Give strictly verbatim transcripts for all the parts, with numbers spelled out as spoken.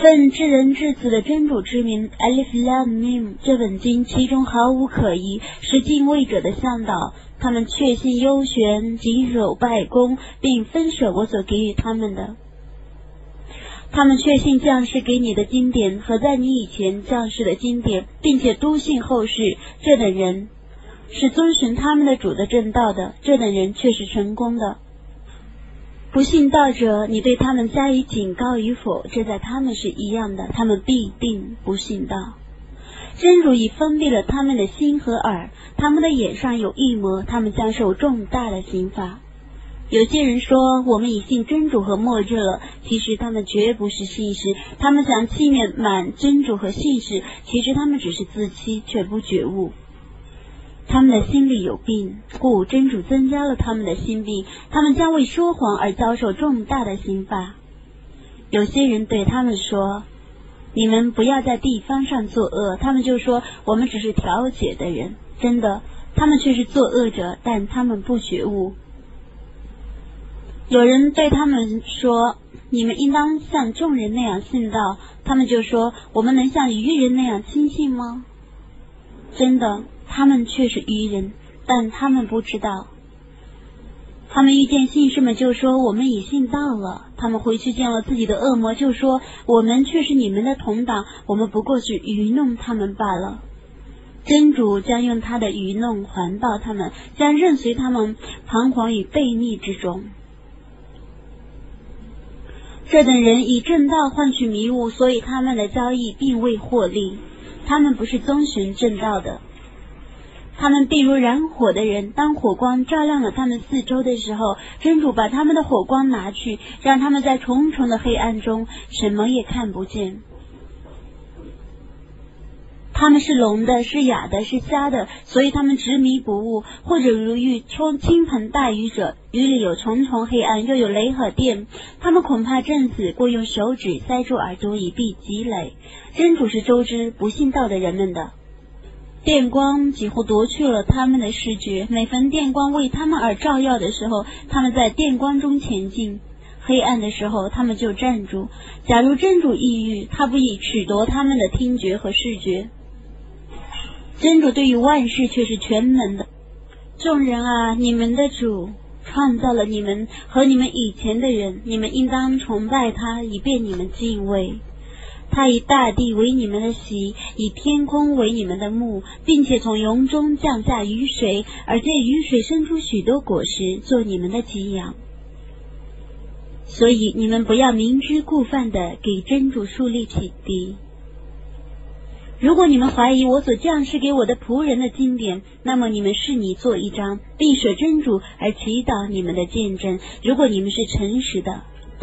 奉至人至子的真主之名 Alif Lam Mim， 这本经其中毫无可疑，是敬畏者的向导。他们确信幽玄谨守拜功，并分舍我所给予他们的。他们确信降世给你的经典和在你以前降世的经典，并且笃信后世。这等人是遵循他们的主的正道的，这等人却是成功的。不信道者，你对他们加以警告与否，这在他们是一样的，他们必定不信道。真主已封闭了他们的心和耳，他们的眼上有异魔，他们将受重大的刑罚。有些人说我们已信真主和末日了，其实他们绝不是信士，他们想欺骗满真主和信士，其实他们只是自欺却不觉悟。他们的心里有病，故真主增加了他们的心病，他们将为说谎而遭受重大的刑罚。有些人对他们说，你们不要在地方上作恶，他们就说我们只是调解的人，真的他们却是作恶者，但他们不觉悟。有人对他们说，你们应当像众人那样信道，他们就说我们能像愚人那样轻信吗？真的他们却是愚人，但他们不知道。他们遇见信士们就说我们已信道了，他们回去见了自己的恶魔，就说我们却是你们的同党，我们不过是愚弄他们罢了。真主将用他的愚弄环抱他们，将任随他们彷徨于悖逆之中。这等人以正道换取迷雾，所以他们的交易并未获利，他们不是遵循正道的。他们必如燃火的人，当火光照亮了他们四周的时候，真主把他们的火光拿去，让他们在重重的黑暗中什么也看不见。他们是聋的，是哑的，是瞎的，所以他们执迷不悟，或者如遇冲倾盆大雨者，雨里有重重黑暗，又有雷和电，他们恐怕震死，故用手指塞住耳朵以避积累。真主是周知不信道的人们的。电光几乎夺去了他们的视觉，每逢电光为他们而照耀的时候，他们在电光中前进，黑暗的时候他们就站住。假如真主抑郁，他不以褫夺他们的听觉和视觉。真主对于万事却是全能的。众人啊，你们的主创造了你们和你们以前的人，你们应当崇拜他，以便你们敬畏。他以大地为你们的席，以天空为你们的幕，并且从云中降下雨水，而借雨水生出许多果实，做你们的给养。所以你们不要明知故犯的给真主树立匹敌。如果你们怀疑我所降世给我的仆人的经典，那么你们是你做一张，并舍真主而祈祷你们的见证，如果你们是诚实的。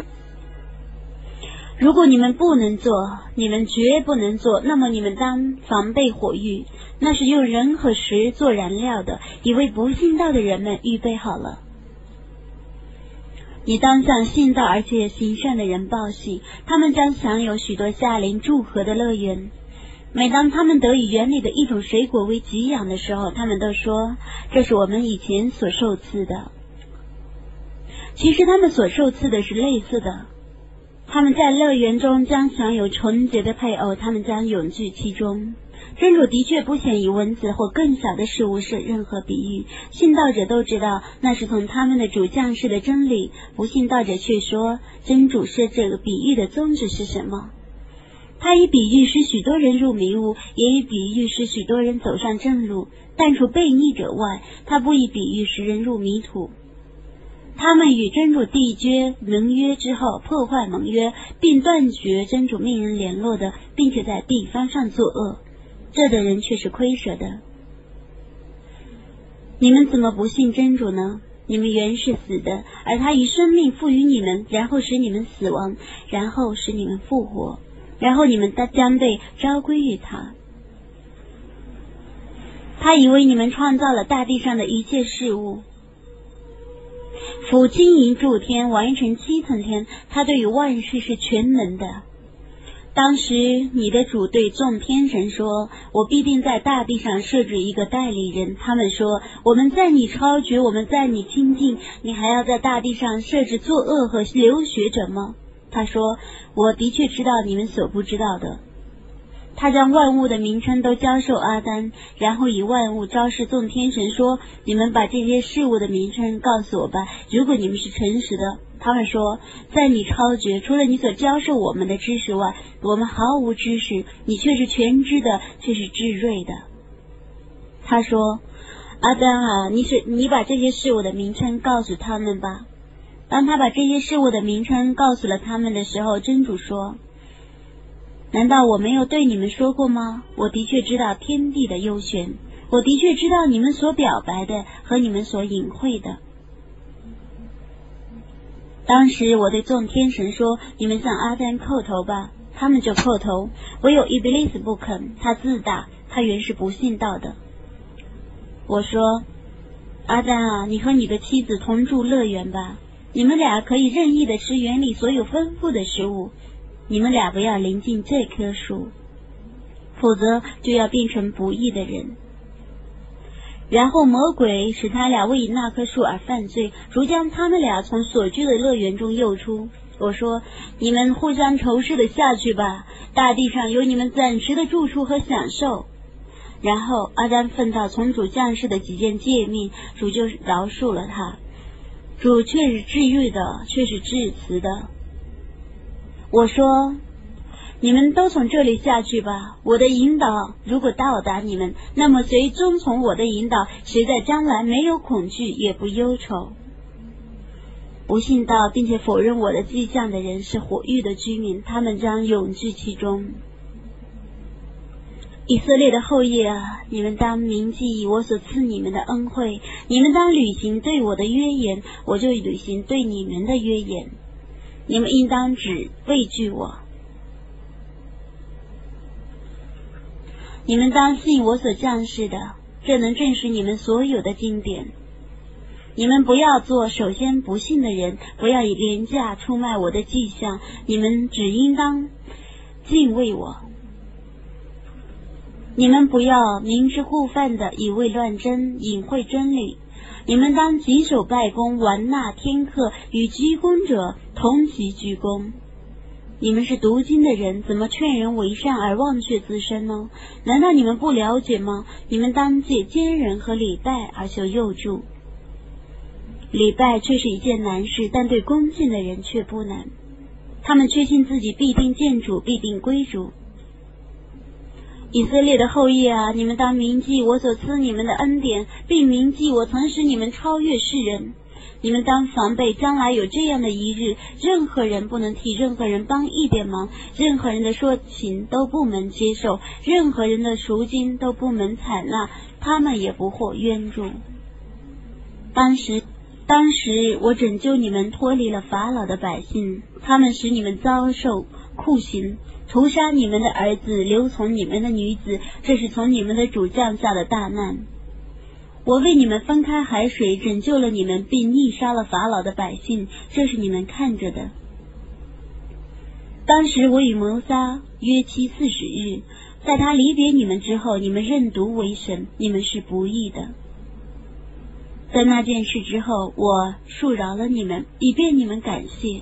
如果你们不能做，你们绝不能做，那么你们当防备火狱，那是用人和石做燃料的，已为不信道的人们预备好了。你当向信道而且行善的人报喜，他们将享有许多夏临祝贺的乐园。每当他们得以园里的一种水果为给养的时候，他们都说这是我们以前所受赐的。其实他们所受赐的是类似的。他们在乐园中将享有纯洁的配偶，他们将永居其中。真主的确不显以蚊子或更小的事物设任何比喻，信道者都知道那是从他们的主降世的真理，不信道者却说真主设这个比喻的宗旨是什么。他以比喻使许多人入迷雾，也以比喻使许多人走上正路，但除悖逆者外，他不以比喻使人入迷途。他们与真主缔结盟约之后破坏盟约，并断绝真主命人联络的，并且在地方上作恶，这等人却是亏舍的。你们怎么不信真主呢？你们原是死的，而他以生命赋予你们，然后使你们死亡，然后使你们复活，然后你们将被召归于他。他以为你们创造了大地上的一切事物，俯经营诸天，完成七层天，他对于万事是全能的。当时你的主对众天神说，我必定在大地上设置一个代理人。他们说，我们在你超绝，我们在你亲近，你还要在大地上设置作恶和流血者吗？ 他说，我的确知道你们所不知道的。他将万物的名称都教授阿丹，然后以万物昭示众天神说，你们把这些事物的名称告诉我吧，如果你们是诚实的。他们说，在你超绝，除了你所教授我们的知识外，我们毫无知识，你却是全知的，却是智慧的。他说，阿丹啊，你是你把这些事物的名称告诉他们吧。当他把这些事物的名称告诉了他们的时候，真主说，难道我没有对你们说过吗？我的确知道天地的幽玄，我的确知道你们所表白的和你们所隐晦的。当时我对众天神说，你们向阿丹叩头吧，他们就叩头，唯有伊比利斯不肯，他自大，他原是不信道的。我说，阿丹啊，你和你的妻子同住乐园吧，你们俩可以任意的吃园里所有丰富的食物，你们俩不要临近这棵树，否则就要变成不义的人。然后魔鬼使他俩为那棵树而犯罪，如将他们俩从所居的乐园中诱出。我说，你们互相仇视的下去吧，大地上有你们暂时的住处和享受。然后阿丹奉到从主降世的几件诫命，主就饶恕了他。主却是治愈的，却是致慈的。我说，你们都从这里下去吧，我的引导如果到达你们，那么谁遵从我的引导，谁在将来没有恐惧也不忧愁。不信道并且否认我的迹象的人是火狱的居民，他们将永居其中。以色列的后裔啊，你们当铭记我所赐你们的恩惠，你们当履行对我的约言，我就履行对你们的约言。你们应当只畏惧我，你们当信我所降世的，这能证实你们所有的经典。你们不要做首先不信的人，不要以廉价出卖我的迹象，你们只应当敬畏我。你们不要明知故犯的以为乱真，隐晦真理。你们当谨守拜功，玩纳天客，与居功者同其居功。你们是读经的人，怎么劝人为善而忘却自身呢？难道你们不了解吗？你们当借奸人和礼拜而求佑助。礼拜却是一件难事，但对恭敬的人却不难。他们确信自己必定见主，必定归主。以色列的后裔啊，你们当铭记我所赐你们的恩典，并铭记我曾使你们超越世人。你们当防备将来有这样的一日，任何人不能替任何人帮一点忙，任何人的说情都不能接受，任何人的赎金都不能采纳，他们也不获冤助。当时当时我拯救你们脱离了法老的百姓，他们使你们遭受酷刑，屠杀你们的儿子，流从你们的女子，这是从你们的主降下的大难。我为你们分开海水，拯救了你们，并逆杀了法老的百姓，这是你们看着的。当时我与摩撒约期四十日，在他离别你们之后，你们认犊为神，你们是不义的。在那件事之后，我恕饶了你们，以便你们感谢。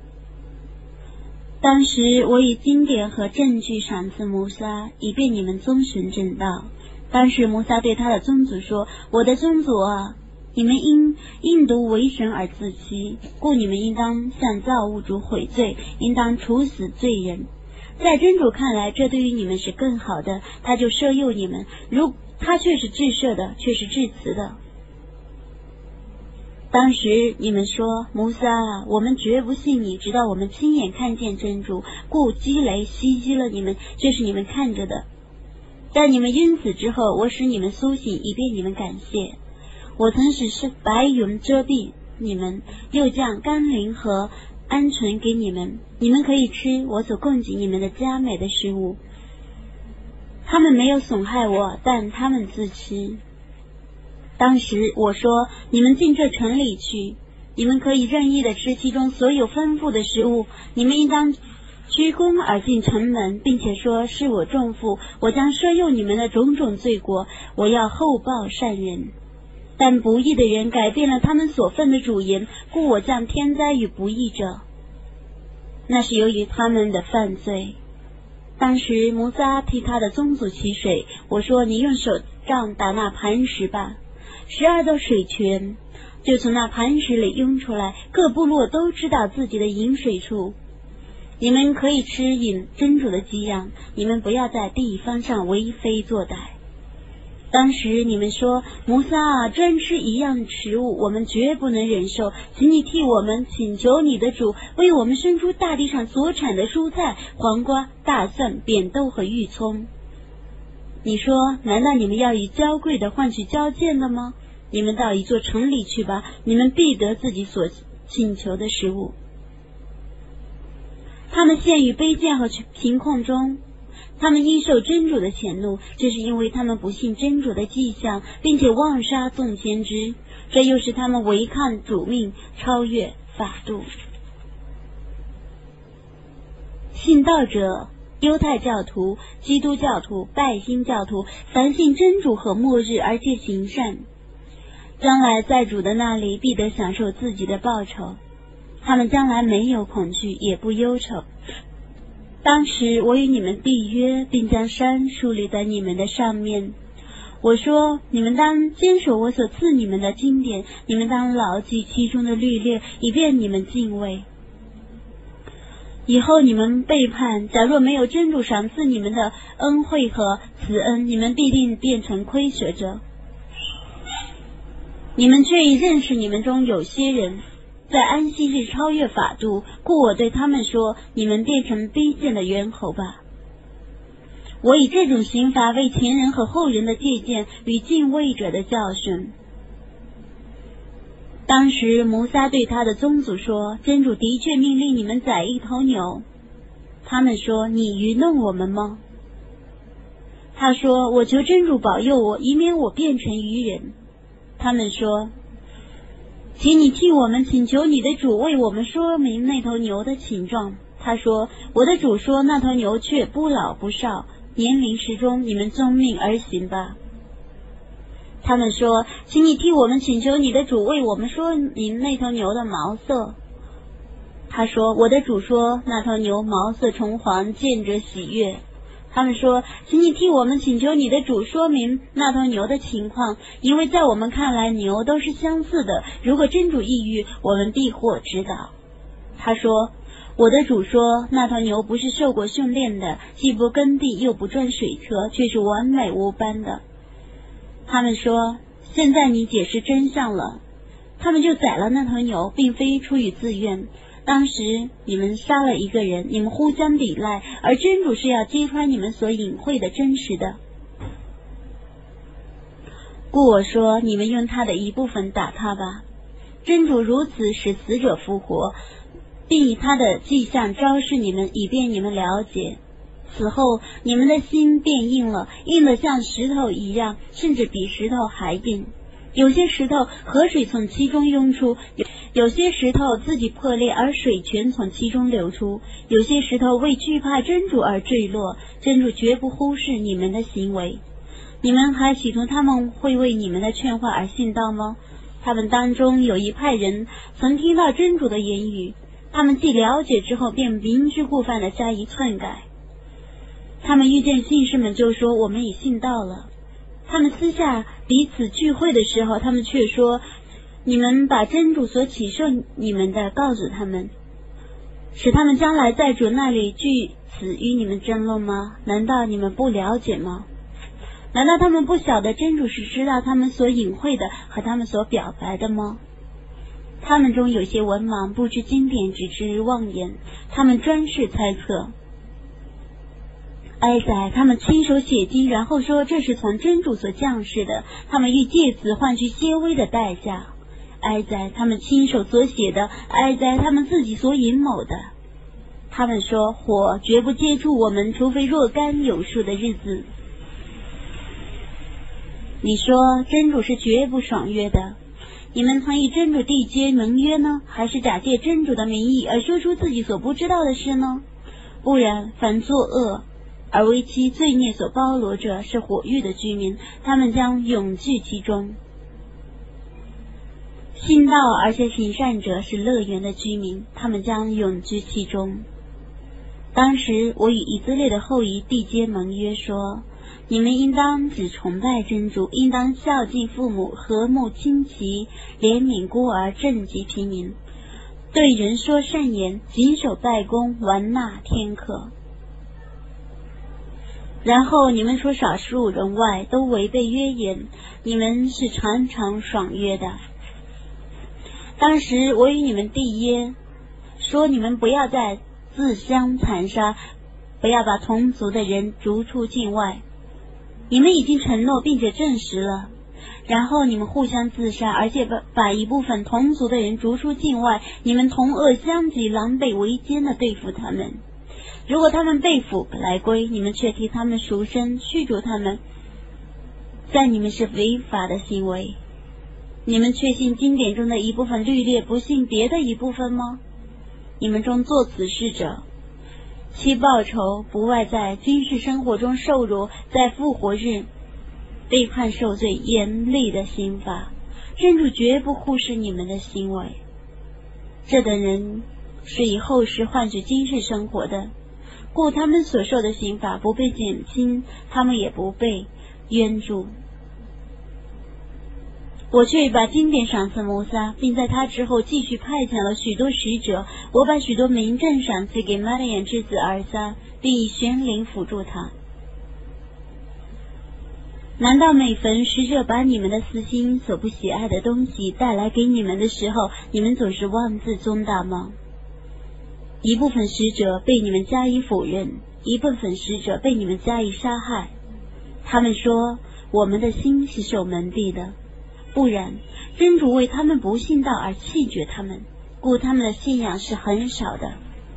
当时我以经典和证据赏赐摩撒，以便你们遵循正道。当时摩撒对他的宗族说，我的宗族啊，你们因应读为神而自欺，故你们应当向造物主悔罪，应当处死罪人。在真主看来，这对于你们是更好的，他就赦宥你们，如他却是至赦的，却是至慈的。当时你们说，摩撒啊，我们绝不信你，直到我们亲眼看见真主，故击雷袭击了你们，这是你们看着的。但你们晕死之后，我使你们苏醒，以便你们感谢。我曾使是白云遮蔽你们，又降甘霖和鹌鹑给你们，你们可以吃我所供给你们的佳美的食物。他们没有损害我，但他们自吃。当时我说，你们进这城里去，你们可以任意的吃其中所有丰富的食物，你们应当鞠躬而进城门，并且说，是我重负，我将赦宥你们的种种罪过，我要厚报善人。但不义的人改变了他们所奉的主言，故我降天灾与不义者。 那是由于他们的犯罪。当时摩撒替他的宗族起水，我说你用手杖打那磐石吧，十二道水泉就从那磐石里涌出来，各部落都知道自己的饮水处。你们可以吃饮真主的给养，你们不要在地方上为非作歹。当时你们说，摩撒啊，专吃一样食物我们绝不能忍受，请你替我们请求你的主为我们生出大地上所产的蔬菜，黄瓜、大蒜、扁豆和玉葱。你说，难道你们要以娇贵的换取娇贱的吗？你们到一座城里去吧，你们必得自己所请求的食物。他们陷于卑贱和贫困中，他们因受真主的谴怒，这是因为他们不信真主的迹象，并且妄杀众先知，这又是他们违抗主命，超越法度。信道者，犹太教徒、基督教徒、拜新教徒，凡信真主和末日而且行善，将来在主的那里必得享受自己的报酬。他们将来没有恐惧，也不忧愁。当时我与你们缔约，并将山树立在你们的上面。我说，你们当坚守我所赐你们的经典，你们当牢记其中的律例，以便你们敬畏。以后你们背叛，假若没有真主赏赐你们的恩惠和慈恩，你们必定变成亏损者。你们却已认识你们中有些人在安息日超越法度，故我对他们说，你们变成卑贱的猿猴吧。我以这种刑罚为前人和后人的借鉴与敬畏者的教训。当时摩撒对他的宗族说，真主的确命令你们宰一头牛。他们说，你愚弄我们吗？他说，我求真主保佑我，以免我变成愚人。他们说，请你替我们请求你的主为我们说明那头牛的情状。他说，我的主说，那头牛却不老不少，年龄适中，你们遵命而行吧。他们说，请你替我们请求你的主为我们说明那头牛的毛色。他说，我的主说，那头牛毛色橙黄，见着喜悦。他们说，请你替我们请求你的主说明那头牛的情况，因为在我们看来牛都是相似的，如果真主抑郁，我们必获指导。他说，我的主说，那头牛不是受过训练的，既不耕地又不转水车，却是完美无斑的。他们说，现在你解释真相了。他们就宰了那头牛，并非出于自愿。当时你们杀了一个人，你们互相抵赖，而真主是要揭穿你们所隐晦的真实的。故我说，你们用他的一部分打他吧。真主如此使死者复活，并以他的迹象昭示你们，以便你们了解。此后你们的心变硬了，硬得像石头一样，甚至比石头还硬。有些石头河水从其中涌出，有些石头自己破裂而水泉从其中流出，有些石头为惧怕真主而坠落，真主绝不忽视你们的行为。你们还企图他们会为你们的劝话而信道吗？他们当中有一派人曾听到真主的言语，他们既了解之后便明知故犯地加以篡改。他们遇见信士们就说，我们已信道了。他们私下彼此聚会的时候，他们却说，你们把真主所启示你们的告诉他们，使他们将来在主那里据此与你们争论吗？难道你们不了解吗？难道他们不晓得真主是知道他们所隐晦的和他们所表白的吗？他们中有些文盲，不知经典，只知妄言，他们专是猜测。哀哉，他们亲手写经，然后说这是从真主所降世的，他们欲借此换取些微的代价。哀哉，他们亲手所写的，哀哉，他们自己所阴谋的。他们说，火绝不接触我们，除非若干有数的日子。你说真主是绝不爽约的，你们曾与真主缔结盟约呢，还是假借真主的名义而说出自己所不知道的事呢？不然，凡作恶而为其罪孽所包罗者，是火狱的居民，他们将永居其中。信道而且行善者是乐园的居民，他们将永居其中。 当时我与以色列的后裔缔结盟约说，你们应当只崇拜真主，应当孝敬父母，和睦亲戚，怜悯孤儿，赈济贫民，对人说善言，谨守拜功，完纳天课。然后你们除少数人外都违背约言，你们是常常爽约的。当时我与你们缔约，说你们不要再自相残杀，不要把同族的人逐出境外。你们已经承诺并且证实了，然后你们互相自杀，而且把把一部分同族的人逐出境外，你们同恶相及，狼狈为奸地对付他们。如果他们被俘来归，你们却替他们赎身，驱逐他们，在你们是违法的行为。你们确信经典中的一部分律例，不信别的一部分吗？你们中做此事者，其报酬不外在军事生活中受辱，在复活日被判受罪，严厉的刑罚。真主绝不忽视你们的行为。这等人是以后世换取今世生活的，故他们所受的刑罚不被减轻，他们也不被冤住。我却把经典赏赐摩撒，并在他之后继续派遣了许多使者。我把许多民政赏赐给玛利亚之子尔撒，并以玄灵辅助他。难道每逢使者把你们的私心所不喜爱的东西带来给你们的时候，你们总是妄自尊大吗？一部分使者被你们加以否认，一部分使者被你们加以杀害。他们说，我们的心是受蒙蔽的，不然真主为他们不信道而弃绝他们，故他们的信仰是很少的。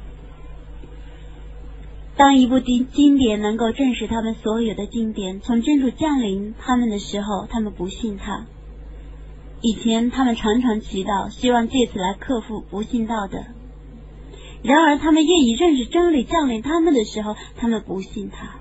当一部经典能够证实他们所有的经典从真主降临他们的时候，他们不信他。以前他们常常祈祷，希望借此来克服不信道的。然而他们愿意认识真理降临他们的时候，他们不信他。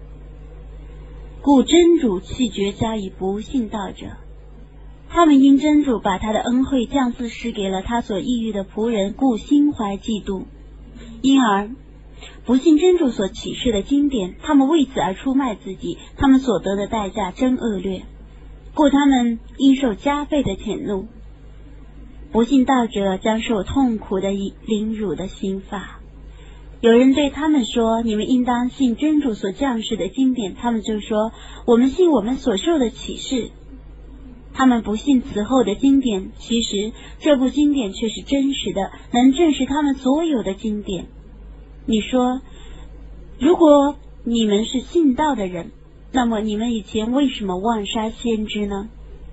故真主弃绝加以不信道者。他们因真主把他的恩惠降赐施给了他所抑郁的仆人，故心怀嫉妒，因而不信真主所启示的经典，他们为此而出卖自己，他们所得的代价真恶劣，故他们应受加倍的谴怒。不信道者将受痛苦的凌辱的刑罚。有人对他们说，你们应当信真主所降世的经典，他们就说，我们信我们所受的启示。他们不信此后的经典，其实这部经典却是真实的，能证实他们所有的经典。你说，如果你们是信道的人，那么你们以前为什么妄杀先知呢？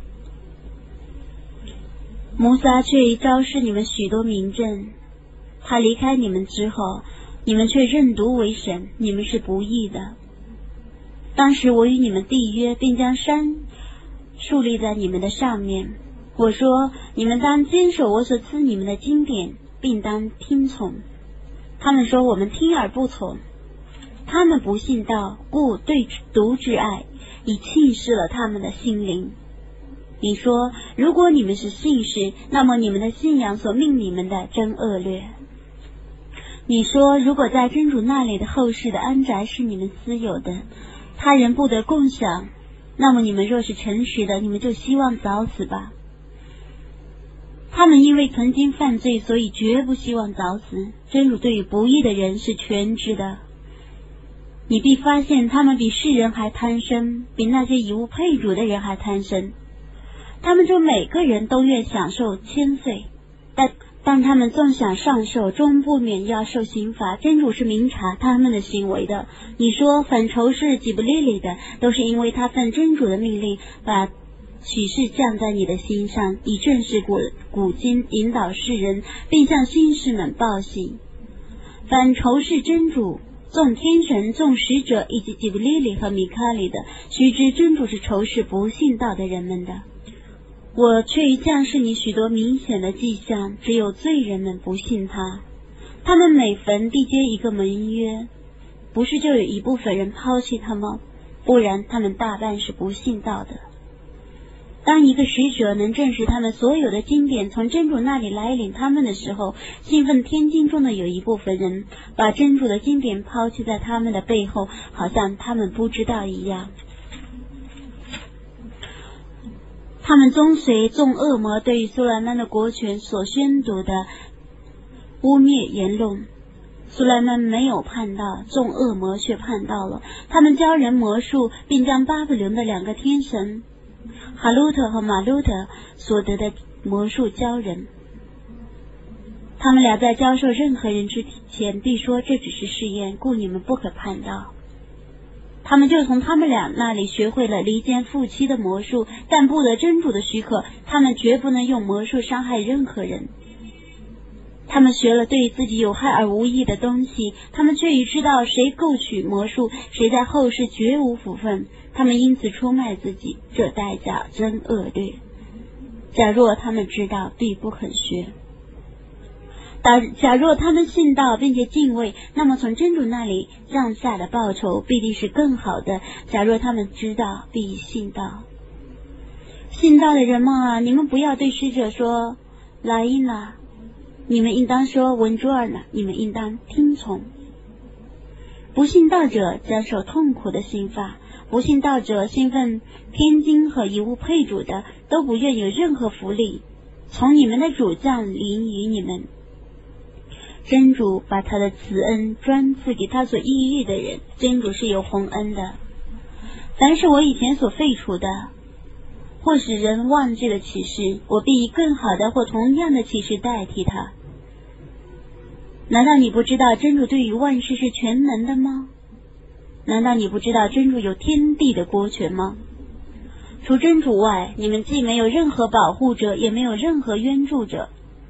摩撒却昭示你们许多明证，他离开你们之后，你们却认犊为神，你们是不义的。当时我与你们缔约，并将山树立在你们的上面。我说，你们当坚守我所赐你们的经典，并当听从。他们说，我们听而不从。他们不信道，故对毒之爱已侵蚀了他们的心灵。你说，如果你们是信士，那么你们的信仰所命你们的真恶劣。你说，如果在真主那里的后世的安宅是你们私有的，他人不得共享，那么你们若是诚实的，你们就希望早死吧。他们因为曾经犯罪，所以绝不希望早死。真主对于不义的人是全知的。你必发现他们比世人还贪生，比那些以物配主的人还贪生。他们中每个人都愿享受千岁，但但他们纵享上受，终不免要受刑罚。真主是明察他们的行为的。你说反仇视吉布利里的，都是因为他奉真主的命令，把启示降在你的心上，以正视古古今，引导世人，并向新士们报喜。反仇视真主，纵天神、纵使者以及吉布利里和米卡里的，须知真主是仇视不信道的人们的。我却已降示你许多明显的迹象，只有罪人们不信他。他们每逢缔结一个盟约，不是就有一部分人抛弃他吗？不然他们大半是不信道的。 当一个使者能证实他们所有的经典从真主那里来领他们的时候，兴奋天经中的有一部分人把真主的经典抛弃在他们的背后，好像他们不知道一样。他们遵随众恶魔对于苏莱曼的国权所宣读的污蔑言论。苏莱曼没有判到，众恶魔却判到了。他们教人魔术，并将巴比伦的两个天神哈鲁特和马鲁特所得的魔术教人。他们俩在教授任何人之前必说这只是试验，故你们不可判到。他们就从他们俩那里学会了离间夫妻的魔术，但不得真主的许可，他们绝不能用魔术伤害任何人。他们学了对自己有害而无益的东西，他们却已知道谁购取魔术，谁在后世绝无福分，他们因此出卖自己，这代价真恶劣。假若他们知道，必不肯学。假假若他们信道并且敬畏，那么从真主那里降下的报酬必定是更好的。假若他们知道，必信道。信道的人们啊，你们不要对使者说来因啦，你们应当说文珠尔呢，你们应当听从。不信道者将受痛苦的刑罚，不信道者兴奋天经和以物配主的，都不愿有任何福利从你们的主降临于你们。真主把他的慈恩专赐给他所抑郁的人，真主是有洪恩的。凡是我以前所废除的，或使人忘记了启示，我必以更好的或同样的启示代替他。难道你不知道真主对于万事是全能的吗？难道你不知道真主有天地的国权吗？除真主外，你们既没有任何保护者，也没有任何援助者。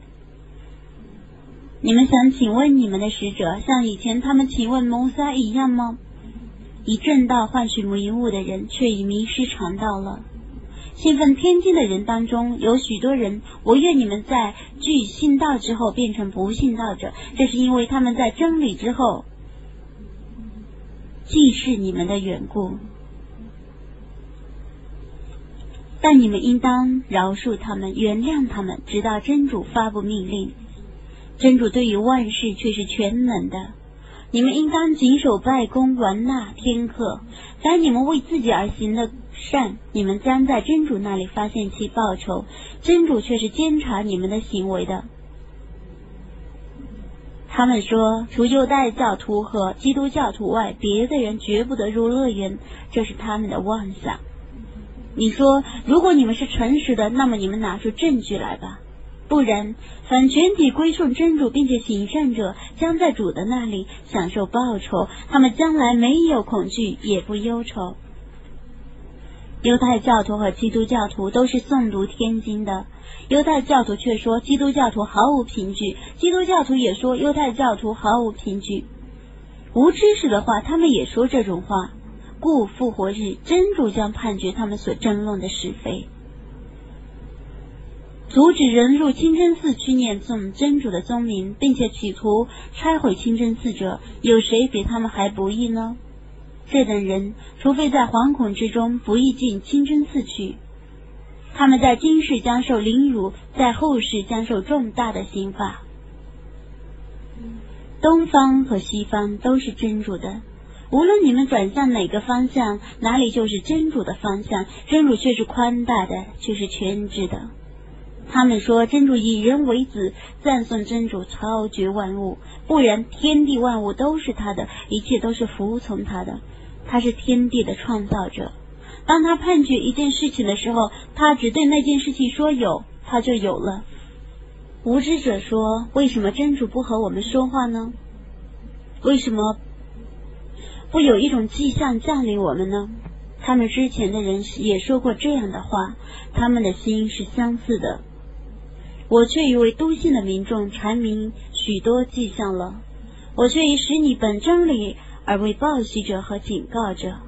你们想请问你们的使者，像以前他们请问摩萨一样吗？以正道换取迷雾的人，却已迷失常道了。兴奋天经的人当中有许多人，我愿你们在据信道之后变成不信道者，这是因为他们在真理之后既是你们的缘故。但你们应当饶恕他们，原谅他们，直到真主发布命令。真主对于万事却是全能的，你们应当谨守拜功，完纳天课。凡你们为自己而行的善，你们将在真主那里发现其报酬，真主却是监察你们的行为的。他们说，除犹太教徒和基督教徒外，别的人绝不得入乐园，这是他们的妄想。你说，如果你们是诚实的，那么你们拿出证据来吧。不然，凡全体归顺真主并且行善者，将在主的那里享受报酬，他们将来没有恐惧，也不忧愁。犹太教徒和基督教徒都是诵读天经的，犹太教徒却说基督教徒毫无凭据，基督教徒也说犹太教徒毫无凭据。无知识的话，他们也说这种话，故复活日真主将判决他们所争论的是非。阻止人入清真寺去念诵真主的宗名，并且企图拆毁清真寺者，有谁比他们还不义呢？这等人除非在惶恐之中不易进清真寺去，他们在今世将受凌辱，在后世将受重大的刑罚。东方和西方都是真主的，无论你们转向哪个方向，哪里就是真主的方向，真主却是宽大的，却是全知的。他们说真主以人为子，赞颂真主超绝万物，不然天地万物都是他的，一切都是服从他的，他是天地的创造者。当他判决一件事情的时候，他只对那件事情说有，他就有了。无知者说，为什么真主不和我们说话呢？为什么不有一种迹象降临我们呢？他们之前的人也说过这样的话，他们的心是相似的。我却已为笃信的民众阐明许多迹象了，我却已使你本真理而为报喜者和警告者。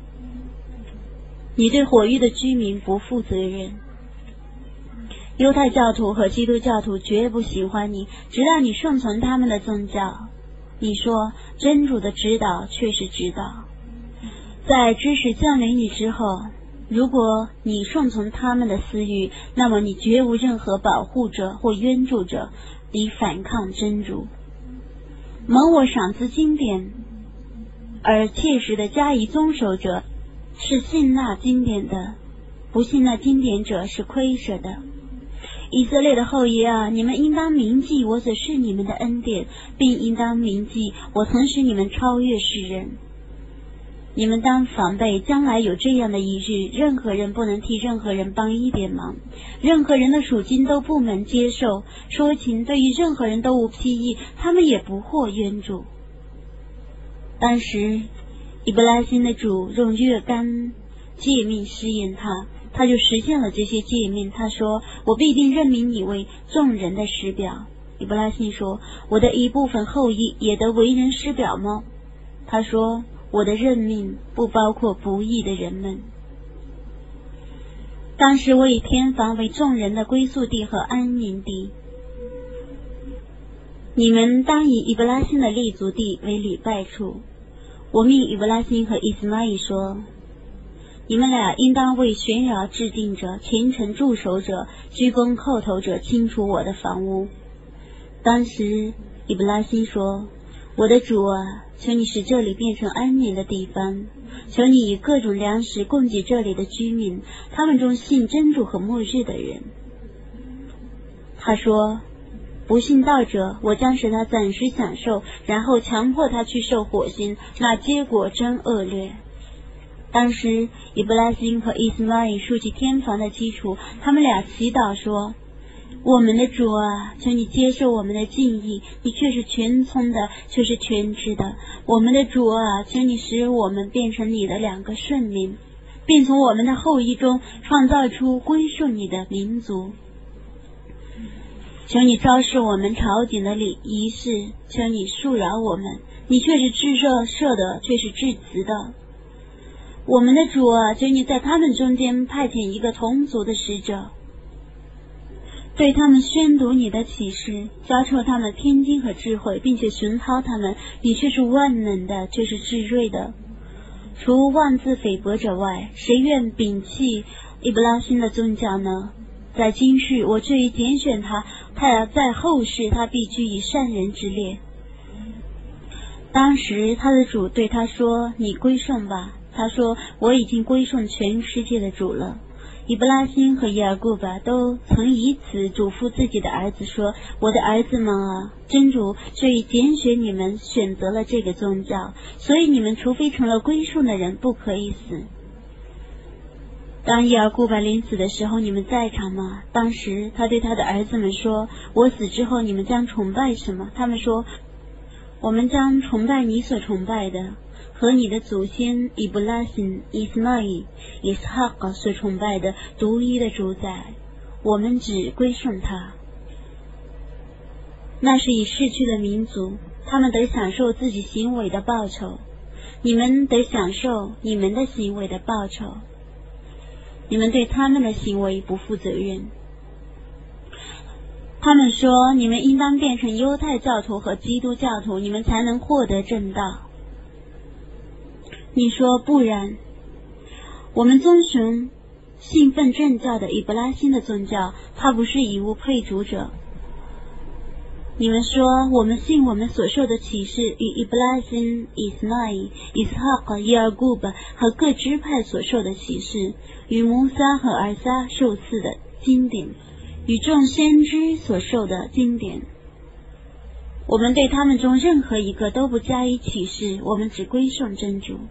你对火狱的居民不负责任。犹太教徒和基督教徒绝不喜欢你，直到你顺从他们的宗教。你说真主的指导却是指导，在知识降临你之后， 如果你顺从他们的私欲，那么你绝无任何保护者或援助者以反抗真主。蒙我赏赐经典而切实的加以遵守者是信纳经典的，不信纳经典者是亏舍的。以色列的后裔啊，你们应当铭记我所示你们的恩典，并应当铭记我曾使你们超越世人。你们当防备将来有这样的一日，任何人不能替任何人帮一点忙，任何人的属境都不能接受，说情对于任何人都无裨益，他们也不获援助。当时以布拉欣的主用若干诫命试验他，他就实现了这些诫命。他说，我必定任命你为众人的师表。以布拉欣说，我的一部分后裔也得为人师表吗？他说，我的任命不包括不义的人们。当时我以天房为众人的归宿地和安宁地，你们当以以布拉欣的立足地为礼拜处。我命以布拉欣和伊斯玛仪说，你们俩应当为悬崖制定者、虔诚驻守者、鞠躬叩头者清除我的房屋。当时以布拉欣说，我的主啊，求你使这里变成安宁的地方，求你以各种粮食供给这里的居民，他们中信真主和末日的人。他说，不信道者，我将使他暂时享受，然后强迫他去受火星，那结果真恶劣。当时以布拉欣和伊斯玛仪竖起天房的基础，他们俩祈祷说，我们的主啊，求你接受我们的敬意，你却是全聪的，却是全知的。我们的主啊，求你使我们变成你的两个顺民，并从我们的后裔中创造出归顺你的民族。求你昭示我们朝觐的礼仪式，求你恕饶我们，你却是至赦赦的，却是至慈的。我们的主啊，求你在他们中间派遣一个同族的使者，对他们宣读你的启示，教授他们天经和智慧，并且熏陶他们，你却是万能的，却是至睿的。除妄自菲薄者外，谁愿摒弃伊布拉欣的宗教呢？在今世我却已拣选他，他在后世他必居以善人之列。当时他的主对他说，你归顺吧。他说，我已经归顺全世界的主了。以布拉欣和耶尔顾巴都曾以此嘱咐自己的儿子说，我的儿子们啊，真主却已拣选你们，选择了这个宗教，所以你们除非成了归顺的人，不可以死。当耶尔顾巴临死的时候，你们在场吗？当时他对他的儿子们说，我死之后你们将崇拜什么？他们说，我们将崇拜你所崇拜的，和你的祖先以布拉欣、伊斯玛仪、伊斯哈格所崇拜的独一的主宰，我们只归顺他。那是已逝去的民族，他们得享受自己行为的报酬，你们得享受你们的行为的报酬，你们对他们的行为不负责任。他们说，你们应当变成犹太教徒和基督教徒，你们才能获得正道。你说不然，我们遵循信奉正教的以布拉欣的宗教，他不是以物配主者。你们说，我们信我们所受的启示与以布拉欣、伊斯玛仪、伊斯哈格、耶尔顾巴和各支派所受的启示，与摩撒和尔撒受赐的经典，与众先知所受的经典。我们对他们中任何一个都不加以启示，我们只归顺真主。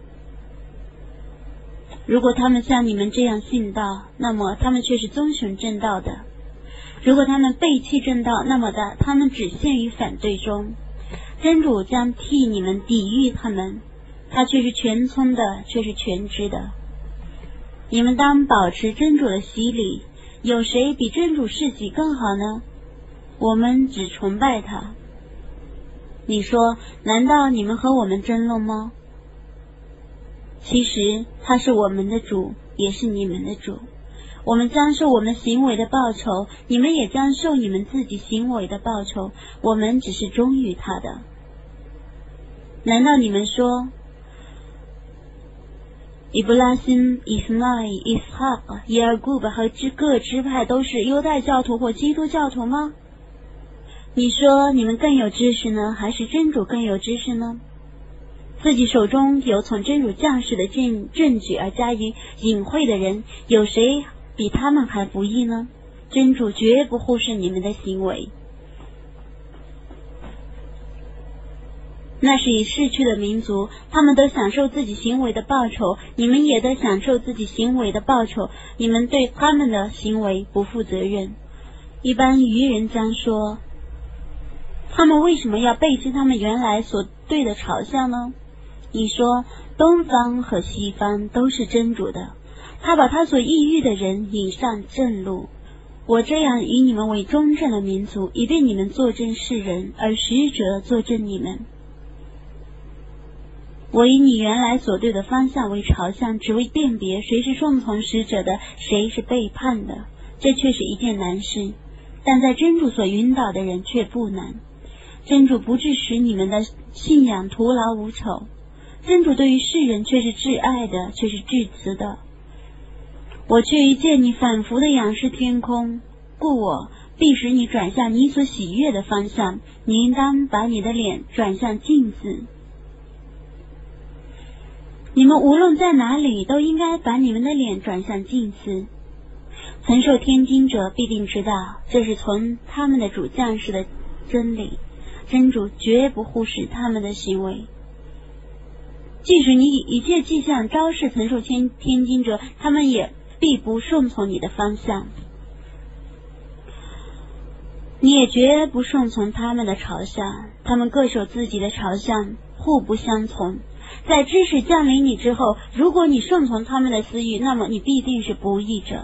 如果他们像你们这样信道，那么他们却是遵循正道的；如果他们背弃正道，那么的他们只陷于反对中。真主将替你们抵御他们，他却是全聪的，却是全知的。你们当保持真主的洗礼，有谁比真主事迹更好呢？我们只崇拜他。你说，难道你们和我们争论吗？其实他是我们的主，也是你们的主。我们将受我们行为的报酬，你们也将受你们自己行为的报酬，我们只是忠于他的。难道你们说， 伊布拉辛、伊斯麦、伊斯哈、耶尔古巴和各支派都是犹太教徒或基督教徒吗？你说你们更有知识呢，还是真主更有知识呢？自己手中有从真主降世的证证据而加以隐晦的人，有谁比他们还不义呢？真主绝不忽视你们的行为。那是已逝去的民族，他们都享受自己行为的报酬，你们也得享受自己行为的报酬，你们对他们的行为不负责任。一般愚人将说，他们为什么要背弃他们原来所对的朝向呢？你说，东方和西方都是真主的，他把他所抑郁的人引上正路。我这样以你们为忠正的民族，以便你们作证世人，而使者作证你们。我以你原来所对的方向为朝向，只为辨别谁是顺从使者的，谁是背叛的。这却是一件难事，但在真主所引导的人却不难。真主不致使你们的信仰徒劳无酬，真主对于世人却是挚爱的，却是至慈的。我却一见你反复的仰视天空，故我必使你转向你所喜悦的方向，你应当把你的脸转向镜子。你们无论在哪里，都应该把你们的脸转向镜子。曾受天经者必定知道，这是从他们的主降世的真理，真主绝不忽视他们的行为。即使你以一切迹象昭示曾受天天经者，他们也必不顺从你的方向，你也绝不顺从他们的朝向，他们各守自己的朝向，互不相从。在知识降临你之后，如果你顺从他们的私欲，那么你必定是不义者。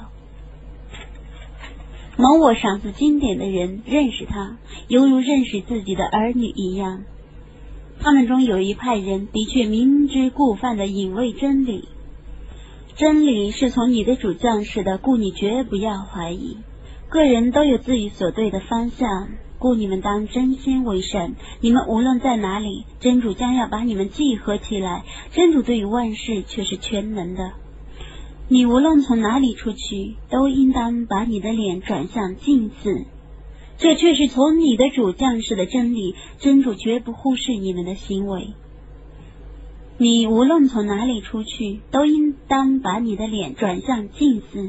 蒙我赏赐经典的人认识他，犹如认识自己的儿女一样。他们中有一派人的确明知故犯的隐卫真理，真理是从你的主降世的，故你绝不要怀疑。个人都有自己所对的方向，故你们当真心为善。你们无论在哪里，真主将要把你们集合起来。真主对于万事却是全能的。你无论从哪里出去，都应当把你的脸转向镜子。这却是从你的主降世的真理，真主绝不忽视你们的行为。你无论从哪里出去，都应当把你的脸转向镜子。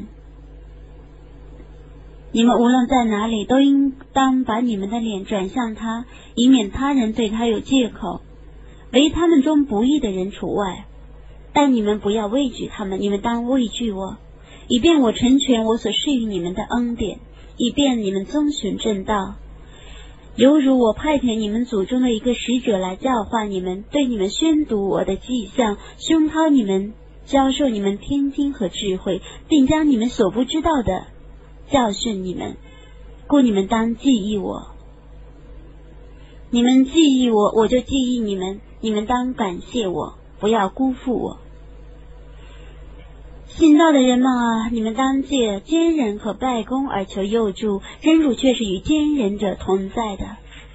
你们无论在哪里，都应当把你们的脸转向他，以免他人对他有借口，唯他们中不义的人除外。但你们不要畏惧他们，你们当畏惧我，以便我成全我所施予你们的恩典，以便你们遵循正道。犹如我派遣你们祖宗的一个使者来教化你们，对你们宣读我的迹象，熏陶你们，教授你们天经和智慧，并将你们所不知道的教训你们，故你们当记忆我。你们记忆我，我就记忆你们，你们当感谢我，不要辜负我。信道的人们啊，你们当借奸人和拜功而求佑助，真主却是与奸人者同在的。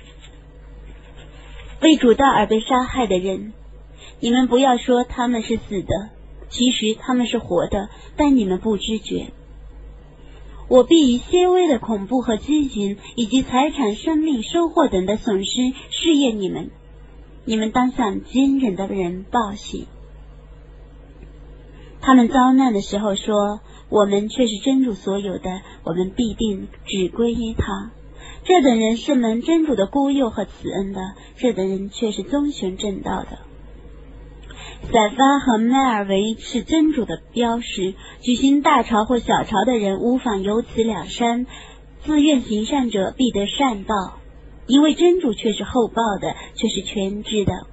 为主道而被杀害的人，你们不要说他们是死的，其实他们是活的，但你们不知觉。我必以些微的恐怖和饥馑，以及财产、生命、收获等的损失试验你们，你们当向奸人的人报喜。他们遭难的时候说，我们却是真主所有的，我们必定只归于他。这等人是蒙真主的孤佑和慈恩的，这等人却是遵循正道的。塞发和麦尔维是真主的标识，举行大朝或小朝的人无妨有此两山，自愿行善者必得善报，因为真主却是厚报的，却是全知的。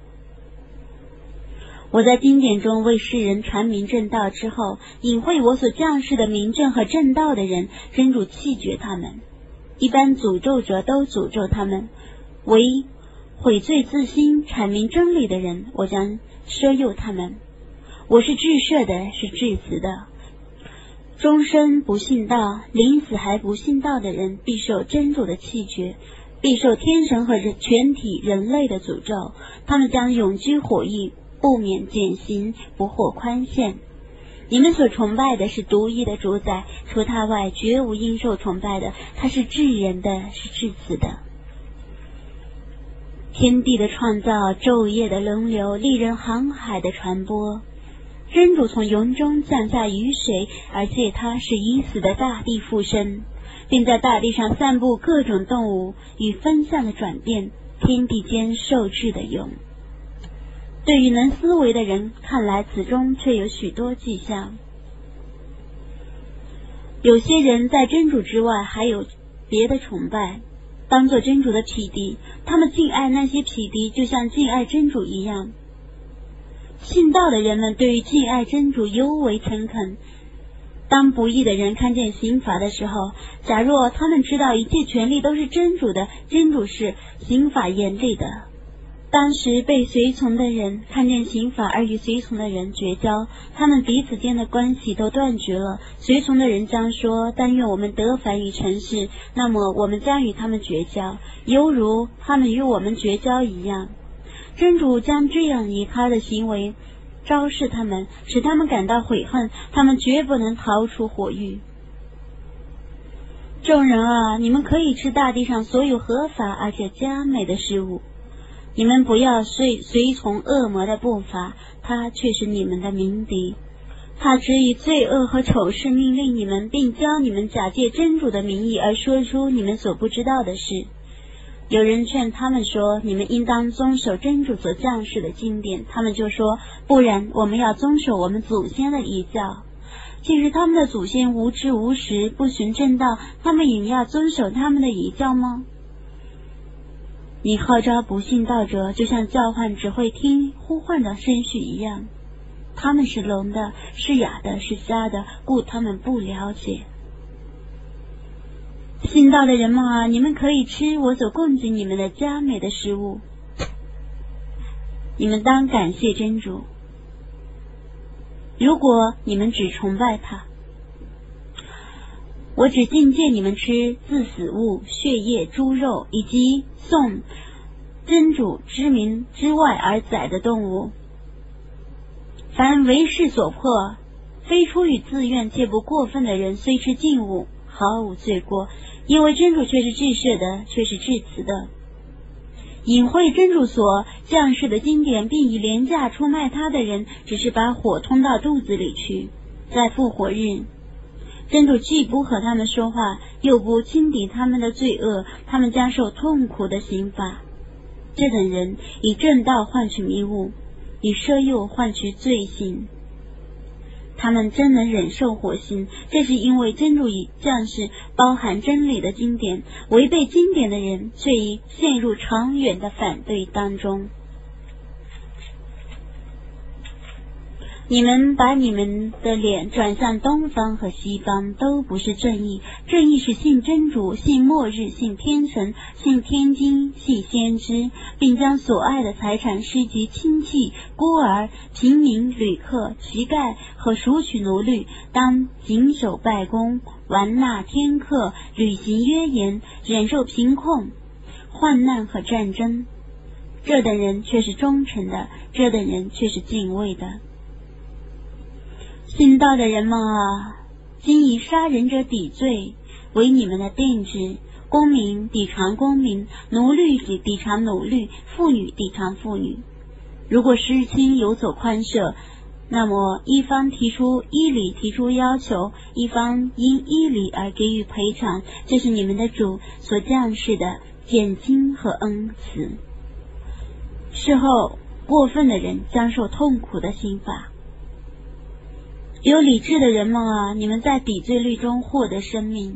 我在经典中为世人传明正道之后，隐晦我所降世的明正和正道的人，真主弃绝他们。一般诅咒者都诅咒他们，唯悔罪自新阐明真理的人，我将赦宥他们。我是至赦的，是至慈的。终身不信道，临死还不信道的人，必受真主的弃绝，必受天神和全体人类的诅咒。他们将永居火狱，不免减刑，不获宽限。 你们所崇拜的是独一的主宰，除他外绝无应受崇拜的。他是至仁的，是至慈的。天地的创造，昼夜的轮流，利人航海的传播。真主从云中降下雨水，而且他是已死的大地复生，并在大地上散布各种动物与分散的转变，天地间受制的用。对于能思维的人看来，此中却有许多迹象。有些人在真主之外还有别的崇拜，当作真主的匹敌，他们敬爱那些匹敌，就像敬爱真主一样。信道的人们对于敬爱真主尤为诚恳。当不义的人看见刑罚的时候，假若他们知道一切权利都是真主的，真主是刑罚严厉的。当时被随从的人看见刑罚而与随从的人绝交，他们彼此间的关系都断绝了。随从的人将说，但愿我们得返于尘世，那么我们将与他们绝交，犹如他们与我们绝交一样。真主将这样以他的行为昭示他们，使他们感到悔恨，他们绝不能逃出火狱。众人啊，你们可以吃大地上所有合法而且佳美的食物，你们不要随随从恶魔的步伐，他却是你们的鸣笛。他只以罪恶和丑事命令你们，并教你们假借真主的名义而说出你们所不知道的事。有人劝他们说，你们应当遵守真主所降世的经典，他们就说，不然我们要遵守我们祖先的遗教。其实他们的祖先无知无识，不循正道，他们也要遵守他们的遗教吗？你号召不信道者，就像叫唤只会听呼唤的声序一样。他们是聋的，是哑的，是瞎的，故他们不了解。信道的人们啊，你们可以吃我所供给你们的佳美的食物，你们当感谢真主。如果你们只崇拜他，我只禁戒你们吃自死物、血液、猪肉以及诵真主之名之外而宰的动物。凡为势所迫，非出于自愿且不过分的人，虽吃禁物，毫无罪过，因为真主却是至赦的，却是至慈的。隐晦真主所降世的经典，并以廉价出卖他的人，只是把火通到肚子里去。在复活日，真主既不和他们说话，又不轻抵他们的罪恶，他们将受痛苦的刑罚。这等人以正道换取迷雾，以奢诱换取罪行。他们真能忍受火刑，这是因为真主以降世包含真理的经典，违背经典的人却已陷入长远的反对当中。你们把你们的脸转向东方和西方，都不是正义。正义是信真主，信末日，信天神，信天经，信先知，并将所爱的财产施及亲戚、孤儿、平民、旅客、乞丐和赎取奴隶，当谨守拜功，完纳天课，履行约言，忍受贫困、患难和战争。这等人却是忠诚的，这等人却是敬畏的。信道的人们啊，今以杀人者抵罪为你们的定制，公民抵偿公民，奴隶抵偿奴隶，妇女抵偿妇女。如果失亲有所宽赦，那么一方提出依理提出要求，一方因依理而给予赔偿，这是你们的主所降世的减轻和恩慈。事后过分的人将受痛苦的刑罚。有理智的人们啊，你们在抵罪律中获得生命，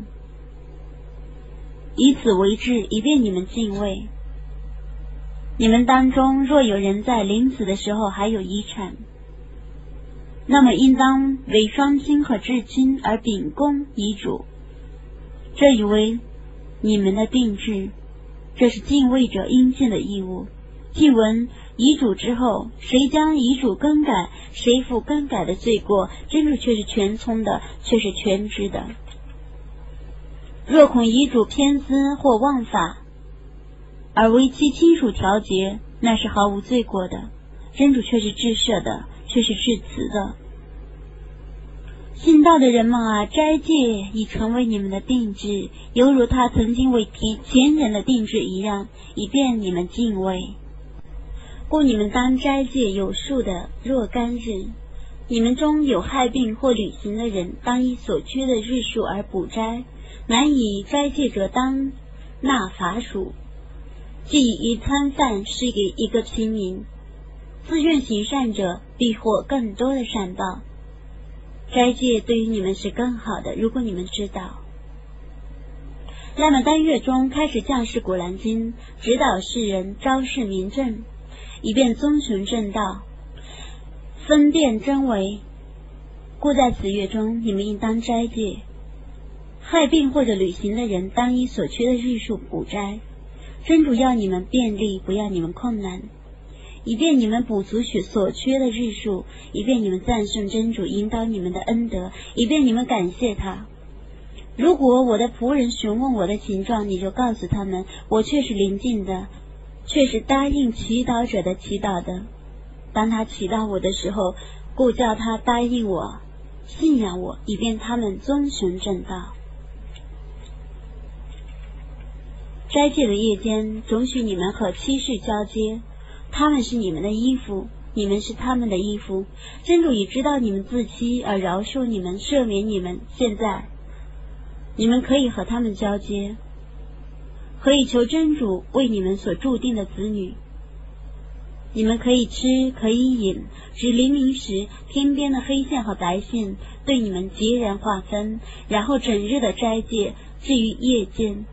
以此为治，以便你们敬畏。你们当中若有人在临死的时候还有遗产，那么应当为双亲和至亲而秉公遗嘱，这以为你们的定制，这是敬畏者应尽的义务。既闻遗嘱之后，谁将遗嘱更改，谁负更改的罪过，真主却是全聪的，却是全知的。若恐遗嘱偏私或忘法，而为其亲属调节，那是毫无罪过的，真主却是至赦的，却是至慈的。 信道的人们啊，斋戒已成为你们的定制，犹如他曾经为提前人的定制一样，以便你们敬畏。故你们当斋戒有数的若干日。你们中有害病或旅行的人，当以所缺的日数而补斋，难以斋戒者当纳罚属。既以一餐饭施给一个平民，自愿行善者必获更多的善报。斋戒对于你们是更好的，如果你们知道。那么当月中开始降示古兰经，指导世人，昭示明正，以便遵循正道，分辨真伪。故在此月中，你们应当斋戒。害病或者旅行的人，当依所缺的日数补斋。真主要你们便利，不要你们困难，以便你们补足所缺的日数，以便你们赞颂真主引导你们的恩德，以便你们感谢他。如果我的仆人询问我的情状，你就告诉他们，我却是临近的，却是答应祈祷者的祈祷的。当他祈祷我的时候，故叫他答应我，信仰我，以便他们遵循正道。斋戒的夜间，准许你们和妻室交接，他们是你们的衣服，你们是他们的衣服。真主已知道你们自欺，而饶恕你们，赦免你们。现在你们可以和他们交接，可以求真主为你们所注定的子女。你们可以吃，可以饮，只黎明时天边的黑线和白线对你们截然划分，然后整日的斋戒。至于夜间，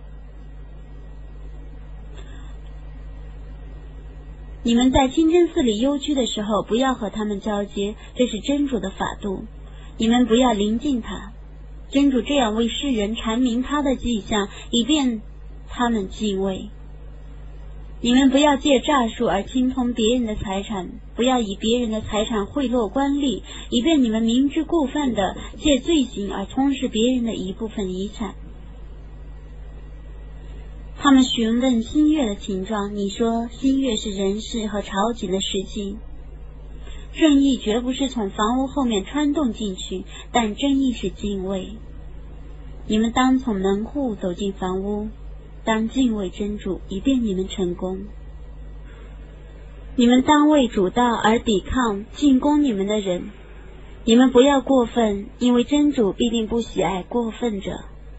你们在清真寺里幽居的时候，不要和他们交接，这是真主的法度。你们不要临近他，真主这样为世人阐明他的迹象，以便他们敬畏。你们不要借诈术而侵吞别人的财产，不要以别人的财产贿赂官吏，以便你们明知故犯的借罪行而充实别人的一部分遗产。他们询问新月的情状，你说新月是人事和朝觐的时期。正义绝不是从房屋后面穿洞进去，但正义是敬畏。你们当从门户走进房屋，当敬畏真主，以便你们成功。你们当为主道而抵抗进攻你们的人，你们不要过分，因为真主必定不喜爱过分者。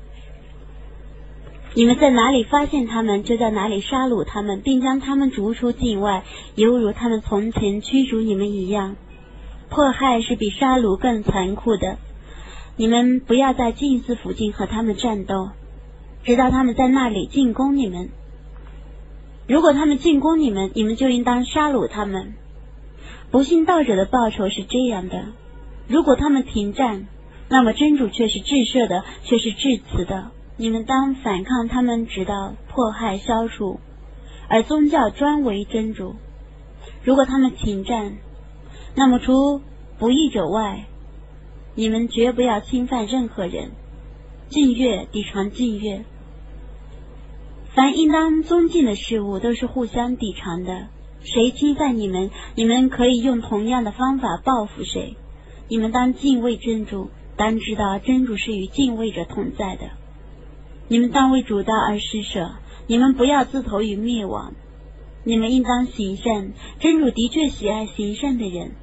你们在哪里发现他们，就在哪里杀戮他们，并将他们逐出境外，犹如他们从前驱逐你们一样。迫害是比杀戮更残酷的。你们不要在祭司附近和他们战斗，直到他们在那里进攻你们。如果他们进攻你们，你们就应当杀戮他们。不信道者的报酬是这样的：如果他们停战，那么真主却是至赦的，却是至慈的。你们当反抗他们，直到迫害消除，而宗教专为真主。如果他们停战，那么除不义者外，你们绝不要侵犯任何人。禁乐抵偿禁乐，凡应当尊敬的事物都是互相抵偿的。谁侵犯你们，你们可以用同样的方法报复谁。你们当敬畏真主，当知道真主是与敬畏者同在的。你们当为主道而施舍，你们不要自投于灭亡。你们应当行善，真主的确喜爱行善的人。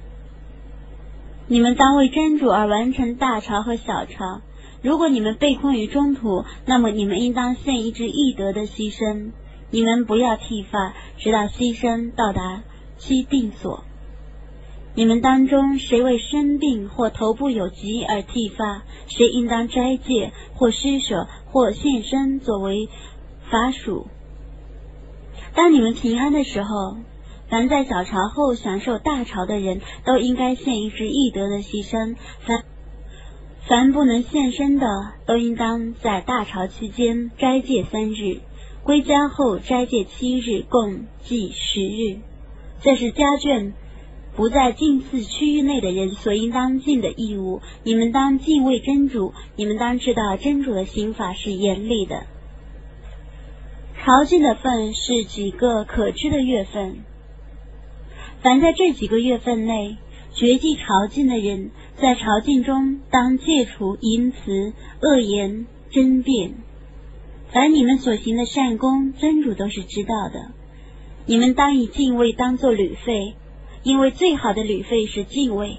你们当为真主而完成大朝和小朝。如果你们被困于中途，那么你们应当献一只易得的牺牲。你们不要剃发，直到牺牲到达其定所。你们当中谁为生病或头部有疾而剃发，谁应当斋戒或施舍或献身作为法属。当你们平安的时候，凡在小朝后享受大朝的人都应该献一只易得的牺牲，凡凡不能献身的都应当在大朝期间斋戒三日，归家后斋戒七日，共计十日。这是家眷不在近寺区域内的人所应当尽的义务。你们当敬畏真主，你们当知道真主的刑法是严厉的。朝觐的份是几个可知的月份，凡在这几个月份内绝迹朝觐的人， 在朝觐中当戒除淫词、恶言、争辩。凡你们所行的善功，真主都是知道的。你们当以敬畏当作旅费，因为最好的旅费是敬畏。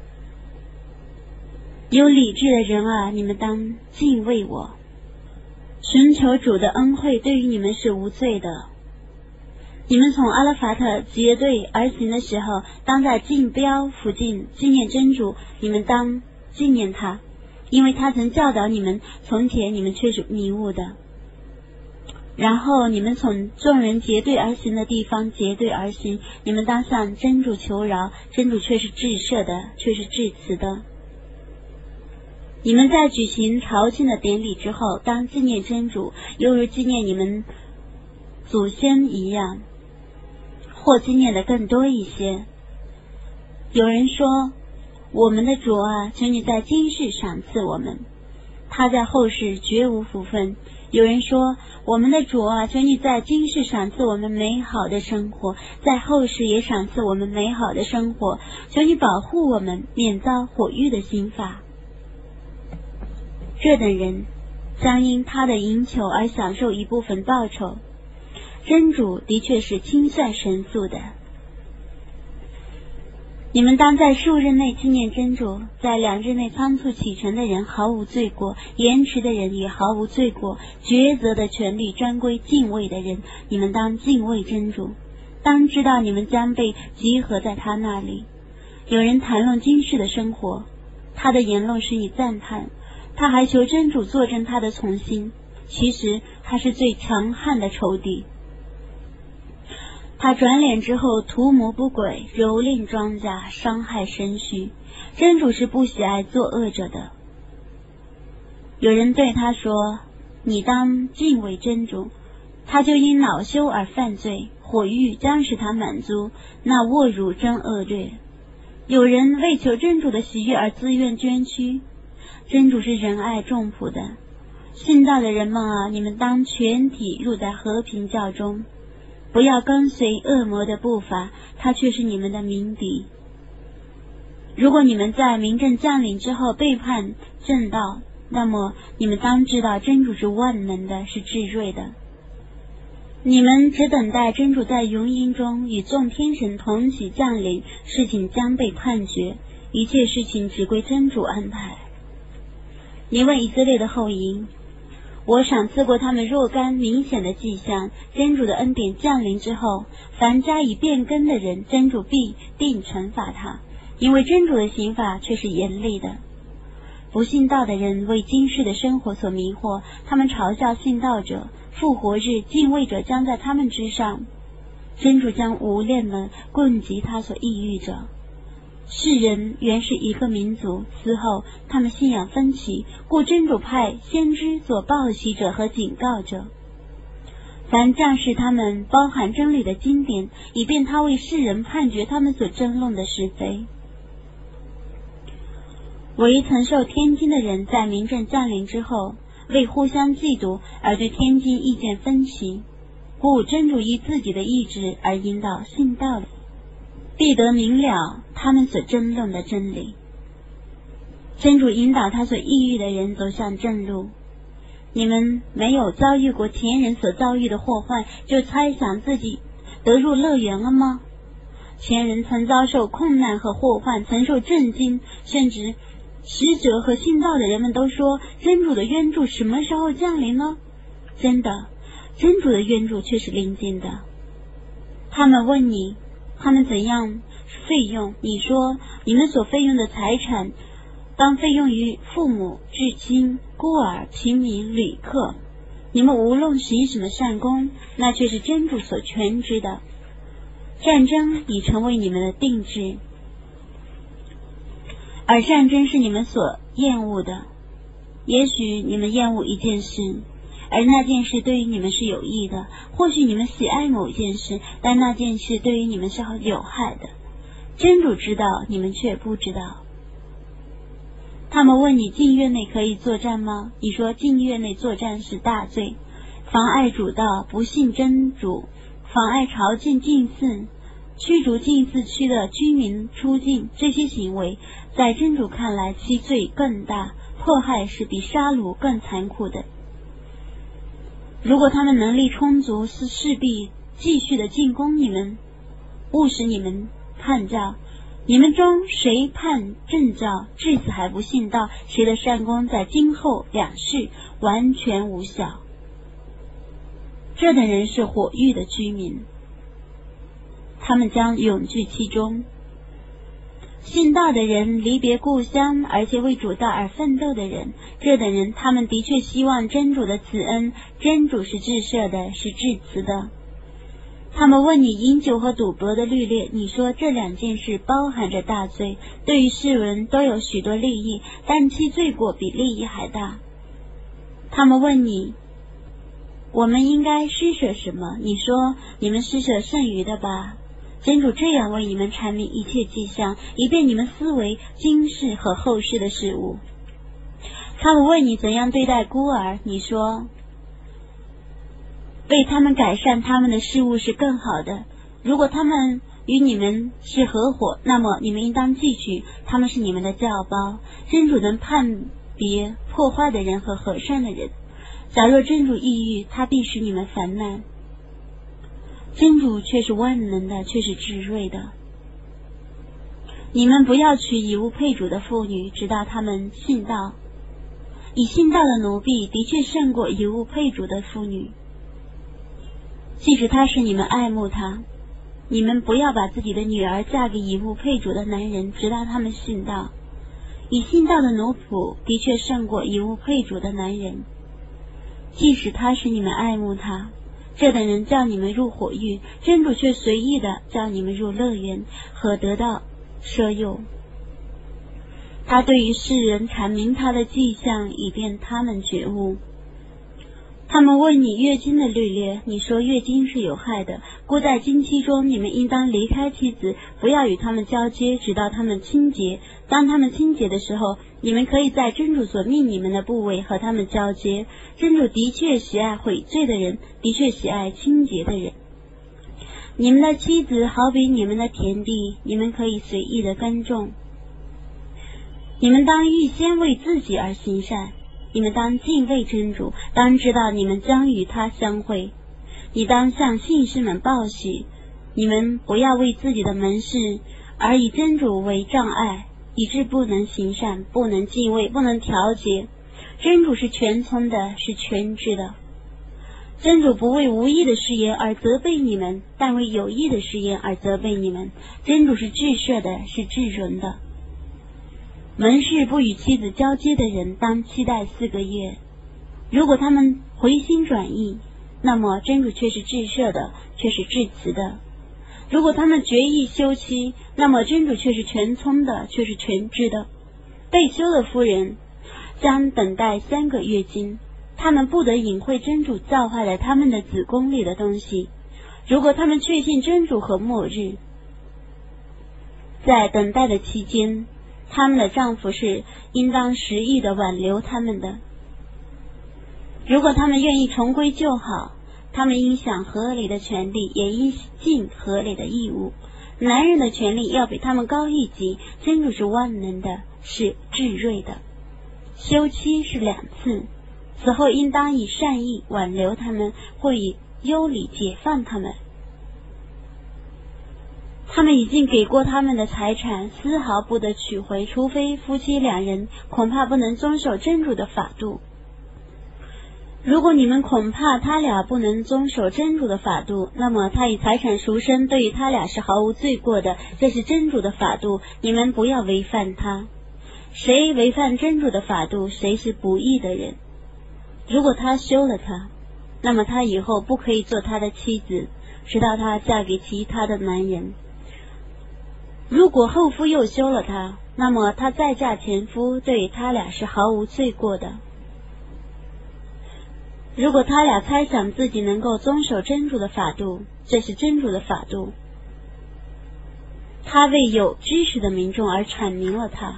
有理智的人啊，你们当敬畏我。寻求主的恩惠对于你们是无罪的。你们从阿拉法特结队而行的时候，当在竞标附近纪念真主，你们当纪念他，因为他曾教导你们，从前你们却是迷雾的。然后你们从众人结队而行的地方结队而行，你们当向真主求饶，真主却是至赦的，却是至慈的。你们在举行朝觐的典礼之后，当纪念真主，犹如纪念你们祖先一样，或纪念的更多一些。有人说，我们的主啊，求你在今世赏赐我们，他在后世绝无福分。有人说，我们的主啊，求你在今世赏赐我们美好的生活，在后世也赏赐我们美好的生活，求你保护我们免遭火狱的刑罚。这等人将因他的营求而享受一部分报酬，真主的确是清算神速的。你们当在数日内纪念真主，在两日内仓促启程的人毫无罪过，延迟的人也毫无罪过，抉择的权利专归敬畏的人，你们当敬畏真主，当知道你们将被集合在他那里。有人谈论今世的生活，他的言论使你赞叹，他还求真主作证他的从心，其实他是最强悍的仇敌。他转脸之后图谋不轨，蹂躏庄稼，伤害身躯，真主是不喜爱作恶者的。有人对他说，你当敬畏真主，他就因恼羞而犯罪，火狱将使他满足，那侮辱真恶劣。有人为求真主的喜悦而自愿捐躯，真主是仁爱众朴的。信道的人们啊，你们当全体入在和平教中，不要跟随恶魔的步伐，他却是你们的鸣笛。如果你们在明正降临之后背叛正道，那么你们当知道真主是万能的，是至睿的。你们只等待真主在云阴中与众天神同起降临，事情将被判决，一切事情只归真主安排。你问以色列的后裔，我赏赐过他们若干明显的迹象，真主的恩典降临之后，凡加以变更的人，真主必定惩罚他，因为真主的刑罚却是严厉的。不信道的人为今世的生活所迷惑，他们嘲笑信道者，复活日敬畏者将在他们之上，真主将无恋的棍击他所抑郁者。世人原是一个民族，此后他们信仰分歧，故真主派先知做报喜者和警告者。凡降示他们包含真理的经典，以便他为世人判决他们所争论的是非。唯曾受天经的人在明正降临之后，为互相嫉妒而对天经意见分歧，故真主依自己的意志而引导信道的，必得明了他们所争论的真理。真主引导他所抑郁的人走向正路。你们没有遭遇过前人所遭遇的祸患，就猜想自己得入乐园了吗？前人曾遭受困难和祸患，曾受震惊，甚至使者和信道的人们都说，真主的援助什么时候降临呢？真的，真主的援助却是临近的。他们问你，他们怎样费用？你说，你们所费用的财产当费用于父母、至亲、孤儿、平民、旅客。你们无论行什么善功，那却是真主所全知的。战争已成为你们的定制，而战争是你们所厌恶的。也许你们厌恶一件事，而那件事对于你们是有益的；或许你们喜爱某件事，但那件事对于你们是有害的。真主知道，你们却不知道。他们问你，禁月内可以作战吗？你说，禁月内作战是大罪，妨碍主道，不信真主，妨碍朝觐敬祀， 驱逐禁寺区的居民出境，这些行为在真主看来其罪更大，迫害是比杀戮更残酷的。如果他们能力充足，是势必继续的进攻你们，务使你们叛教。你们中谁叛正教，至死还不信道，谁的善功在今后两世完全无效。这等人是火狱的居民，他们将永居其中。信道的人，离别故乡而且为主道而奋斗的人，这等人他们的确希望真主的慈恩，真主是至赦的，是至慈的。他们问你饮酒和赌博的律例，你说这两件事包含着大罪，对于世人都有许多利益，但其罪过比利益还大。他们问你我们应该施舍什么，你说你们施舍剩余的吧。真主这样为你们阐明一切迹象，以便你们思维今世和后世的事物。他们问你怎样对待孤儿，你说为他们改善他们的事物是更好的。如果他们与你们是合伙，那么你们应当记取他们是你们的教包。真主能判别破坏的人和和善的人，假若真主抑郁，他必使你们烦难。真主却是万能的，却是至睿的。你们不要娶以物配主的妇女，直到他们信道。以信道的奴婢的确胜过以物配主的妇女，即使他使你们爱慕他。你们不要把自己的女儿嫁给以物配主的男人，直到他们信道。以信道的奴仆的确胜过以物配主的男人，即使他使你们爱慕他。这等人叫你们入火狱，真主却随意的叫你们入乐园和得到赦宥。他对于世人阐明他的迹象，以便他们觉悟。他们问你月经的律例，你说月经是有害的，故在经期中你们应当离开妻子，不要与他们交接，直到他们清洁。当他们清洁的时候，你们可以在真主所命你们的部位和他们交接。真主的确喜爱悔罪的人，的确喜爱清洁的人。你们的妻子好比你们的田地，你们可以随意的耕种。你们当预先为自己而行善，你们当敬畏真主，当知道你们将与他相会。你当向信士们报喜，你们不要为自己的门事而以真主为障碍，以致不能行善，不能敬畏，不能调节。真主是全聪的，是全知的。真主不为无益的誓言而责备你们，但为有益的誓言而责备你们。真主是至赦的，是至仁的。门市不与妻子交接的人当期待四个月，如果他们回心转意，那么真主却是至赦的，却是至慈的。如果他们决意休妻，那么真主却是全聪的，却是全知的。被休的夫人将等待三个月经，他们不得隐晦真主造坏了他们的子宫里的东西。如果他们确信真主和末日，在等待的期间，他们的丈夫是应当实意的挽留他们的。如果他们愿意重归旧好，他们应享合理的权利，也应尽合理的义务。男人的权利要比他们高一级，真主是万能的，是至睿的。休妻是两次，此后应当以善意挽留他们，或以优礼解放他们。他们已经给过他们的财产，丝毫不得取回，除非夫妻两人恐怕不能遵守真主的法度。如果你们恐怕他俩不能遵守真主的法度，那么他以财产赎身，对于他俩是毫无罪过的，这是真主的法度，你们不要违反他。谁违反真主的法度，谁是不义的人。如果他休了他，那么他以后不可以做他的妻子，直到他嫁给其他的男人。如果后夫又休了他，那么他再嫁前夫，对他俩是毫无罪过的。如果他俩猜想自己能够遵守真主的法度，这是真主的法度，他为有知识的民众而阐明了他。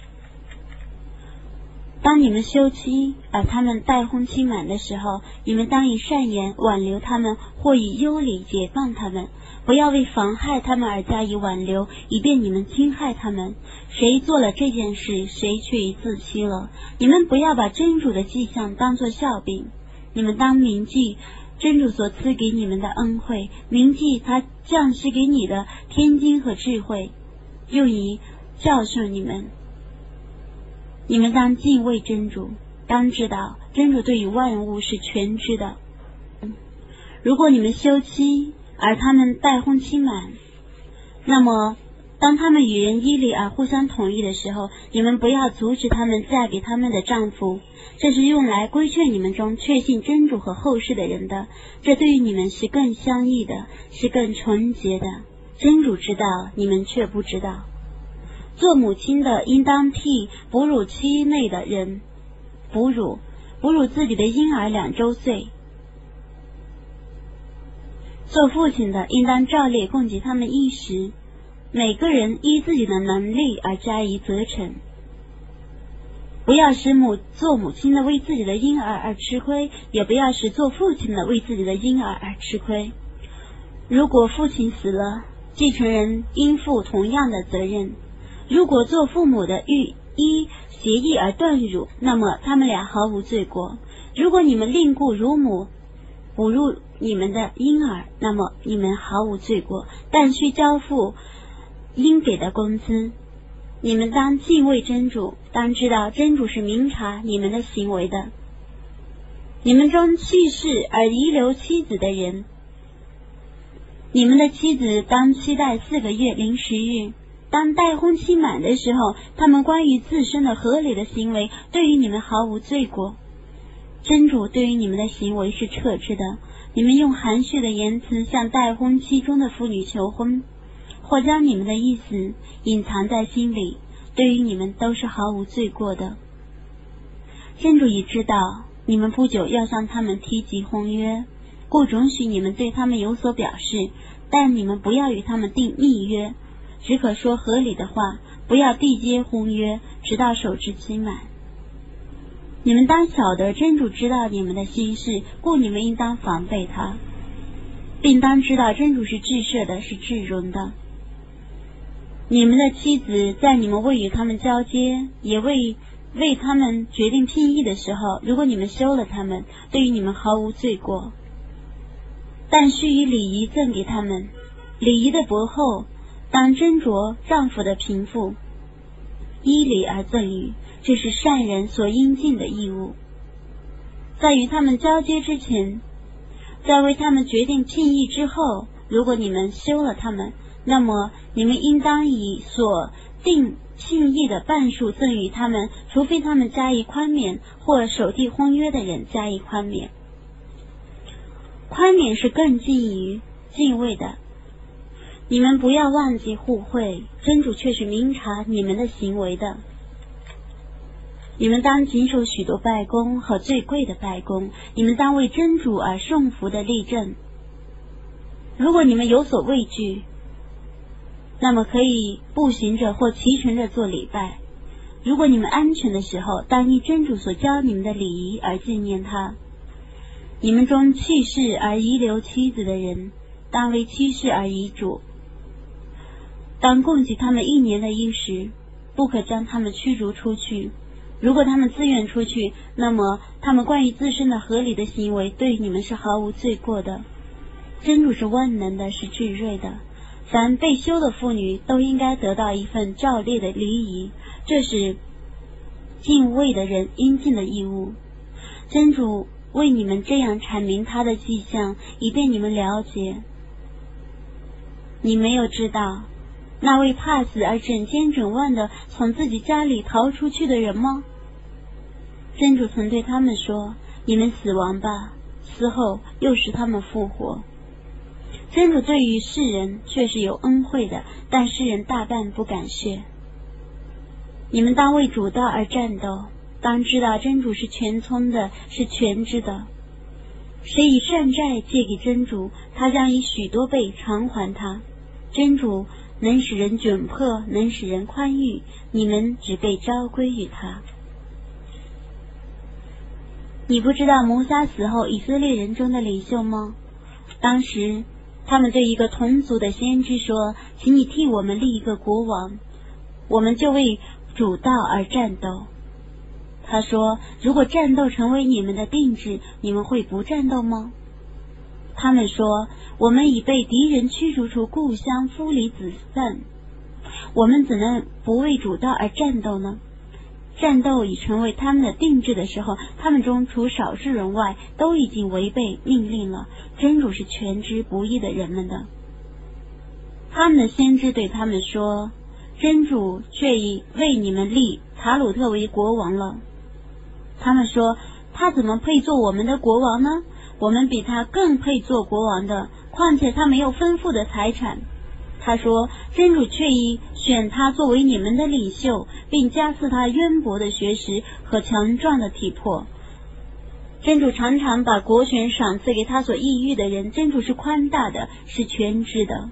当你们休妻，而他们待婚期满的时候，你们当以善言挽留他们，或以优礼解放他们。 不要为妨害他们而加以挽留，以便你们侵害他们。谁做了这件事，谁却已自欺了。你们不要把真主的迹象当作笑柄，你们当铭记真主所赐给你们的恩惠，铭记他降示给你的天经和智慧，用以教训你们。你们当敬畏真主，当知道真主对于万物是全知的。如果你们休妻，而他们待婚期满，那么当他们与人依礼而互相同意的时候，你们不要阻止他们嫁给他们的丈夫，这是用来规劝你们中确信真主和后世的人的，这对于你们是更相宜的，是更纯洁的。真主知道，你们却不知道。做母亲的应当替哺乳期内的人哺乳，哺乳自己的婴儿两周岁。做父亲的应当照例供给他们衣食，每个人依自己的能力而加以责成。不要使母做母亲的为自己的婴儿而吃亏，也不要使做父亲的为自己的婴儿而吃亏。如果父亲死了，继承人应负同样的责任。如果做父母的欲依协议而断乳，那么他们俩毫无罪过。如果你们另雇乳母哺乳你们的婴儿，那么你们毫无罪过，但需交付应给的工资。你们当敬畏真主，当知道真主是明察你们的行为的。你们中去世而遗留妻子的人，你们的妻子当期待四个月零十日。当待婚期满的时候，他们关于自身的合理的行为对于你们毫无罪过。真主对于你们的行为是撤知的。你们用含蓄的言辞向待婚期中的妇女求婚，或将你们的意思隐藏在心里，对于你们都是毫无罪过的。真主已知道你们不久要向他们提及婚约，故准许你们对他们有所表示，但你们不要与他们订密约，只可说合理的话，不要缔结婚约，直到守至期满。你们当晓得真主知道你们的心事，故你们应当防备他，并当知道真主是至赦的，是至容的。你们的妻子在你们未与他们交接，也未为他们决定聘役的时候，如果你们休了他们，对于你们毫无罪过，但须以礼仪赠给他们。礼仪的薄厚当斟酌丈夫的贫富，依礼而赠予，这是善人所应尽的义务。在与他们交接之前，在为他们决定聘役之后，如果你们休了他们，那么你们应当以所定聘役的半数赠予他们，除非他们加以宽免，或守缔婚约的人加以宽免。宽免是更近于敬畏的。你们不要忘记互惠，真主却是明察你们的行为的。你们当谨守许多拜功和最贵的拜功，你们当为真主而顺服的立正。如果你们有所畏惧，那么可以步行着或骑乘着做礼拜。如果你们安全的时候，当依真主所教你们的礼仪而纪念他。你们中去世而遗留妻子的人，当为妻室而遗嘱，当供给他们一年的衣食，不可将他们驱逐出去。如果他们自愿出去，那么他们关于自身的合理的行为对你们是毫无罪过的。真主是万能的，是至睿的。凡被休的妇女都应该得到一份照例的礼仪，这是敬畏的人应尽的义务。真主为你们这样阐明他的迹象，以便你们了解。你没有知道那位怕死而整天整晚的从自己家里逃出去的人吗？真主曾对他们说，你们死亡吧，死后又使他们复活。真主对于世人却是有恩惠的，但世人大半不感谢。你们当为主道而战斗，当知道真主是全聪的，是全知的。谁以善债借给真主，他将以许多倍偿还他。真主能使人窘迫，能使人宽裕，你们只被召归于他。你不知道摩萨死后以色列人中的领袖吗？当时他们对一个同族的先知说，请你替我们立一个国王，我们就为主道而战斗。他说，如果战斗成为你们的定制，你们会不战斗吗？他们说，我们已被敌人驱逐出故乡，夫离子散，我们怎能不为主道而战斗呢？战斗已成为他们的定制的时候，他们中除少数人外，都已经违背命令了。真主是全知不义的人们的。他们的先知对他们说，真主却已为你们立塔鲁特为国王了。他们说，他怎么配做我们的国王呢？我们比他更配做国王的，况且他没有丰富的财产。他说，真主却已选他作为你们的领袖，并加赐他渊博的学识和强壮的体魄。真主常常把国权赏赐给他所抑郁的人，真主是宽大的，是全知的。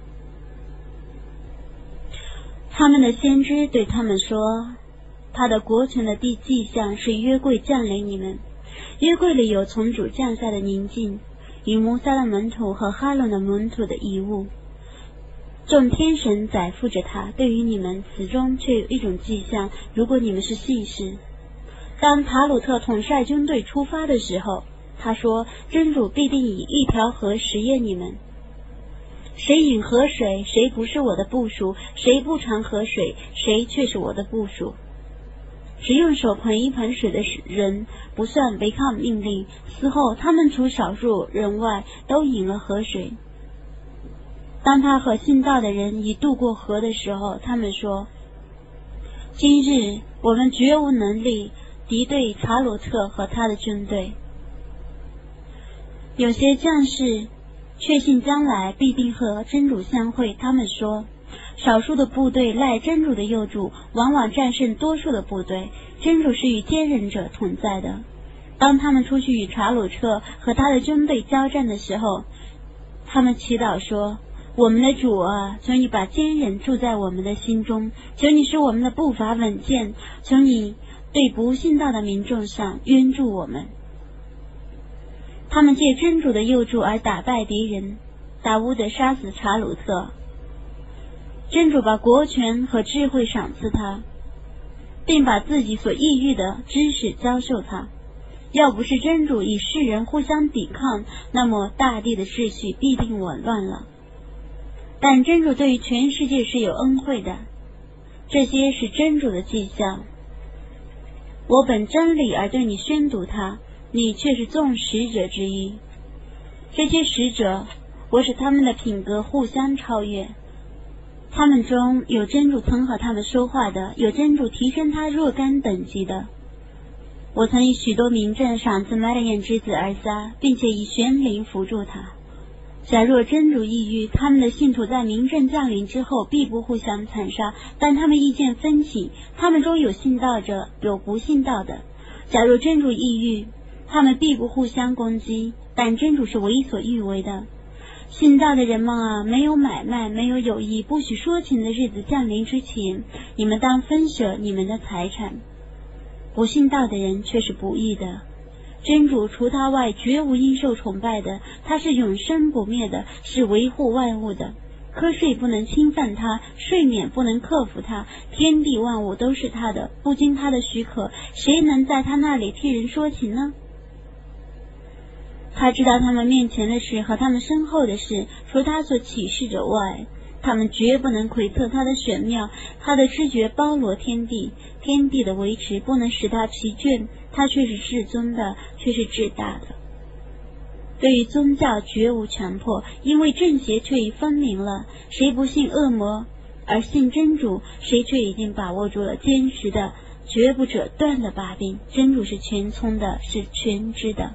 他们的先知对他们说，他的国权的第迹象是约柜降临你们，约柜里有从主降下的宁静，与摩撒的门徒和哈伦的门徒的遗物。众天神载负着他，对于你们此中却有一种迹象，如果你们是信士。当塔鲁特统帅军队出发的时候，他说，真主必定以一条河实验你们，谁饮河水，谁不是我的部属，谁不尝河水，谁却是我的部属。只用手捧一盆水的人不算违抗命令，此后他们除少数人外，都饮了河水。当他和信道的人已渡过河的时候，他们说，今日我们绝无能力敌对查鲁特和他的军队。有些将士确信将来必定和真主相会，他们说，少数的部队赖真主的佑助，往往战胜多数的部队，真主是与坚忍者同在的。当他们出去与查鲁特和他的军队交战的时候，他们祈祷说，我们的主啊，求你把坚忍住在我们的心中，求你使我们的步伐稳健，求你对不信道的民众上援助我们。他们借真主的佑助而打败敌人，达乌德杀死查鲁特，真主把国权和智慧赏赐他，并把自己所抑郁的知识教授他。要不是真主与世人互相抵抗，那么大地的秩序必定紊乱了。但真主对于全世界是有恩惠的，这些是真主的迹象。我本真理而对你宣读它，你却是众使者之一。这些使者，我使他们的品格互相超越。他们中有真主曾和他们说话的，有真主提升他若干等级的。我曾以许多名证赏赐麦勒燕之子尔撒，并且以玄灵扶助他。假若真主抑郁，他们的信徒在民政降临之后必不互相残杀，但他们意见分歧，他们中有信道者，有不信道的。假若真主抑郁，他们必不互相攻击，但真主是为所欲为的。信道的人们啊，没有买卖，没有友谊，不许说情的日子降临之前，你们当分舍你们的财产。不信道的人却是不义的。真主除他外绝无应受崇拜的，他是永生不灭的，是维护万物的。瞌睡不能侵犯他，睡眠不能克服他，天地万物都是他的，不经他的许可，谁能在他那里替人说情呢？他知道他们面前的事和他们身后的事，除他所启示者外，他们绝不能窥测他的玄妙。他的知觉包罗天地，天地的维持不能使他疲倦，他却是至尊的，却是至大的。对于宗教绝无强迫，因为正邪却已分明了。谁不信恶魔而信真主，谁却已经把握住了坚实的绝不折断的把柄。真主是全聪的，是全知的。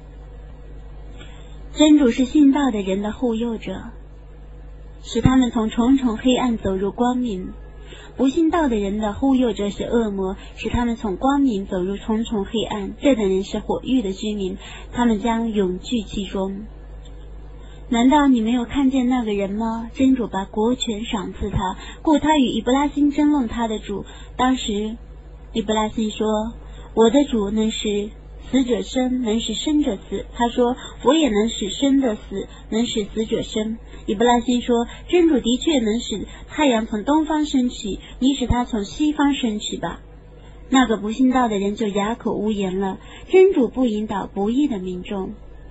真主是信道的人的护佑者，使他们从重重黑暗走入光明。不信道的人的护佑者是恶魔，使他们从光明走入重重黑暗。这等人是火狱的居民，他们将永居其中。难道你没有看见那个人吗？真主把国权赏赐他，故他与以布拉辛争论他的主。当时以布拉辛说，我的主能使死者生，能使生者死。他说我也能使生的死，能使死者生。以布拉欣说，真主的确能使太阳从东方升起，你使它从西方升起吧。那个不信道的人就哑口无言了。真主不引导不义的民众。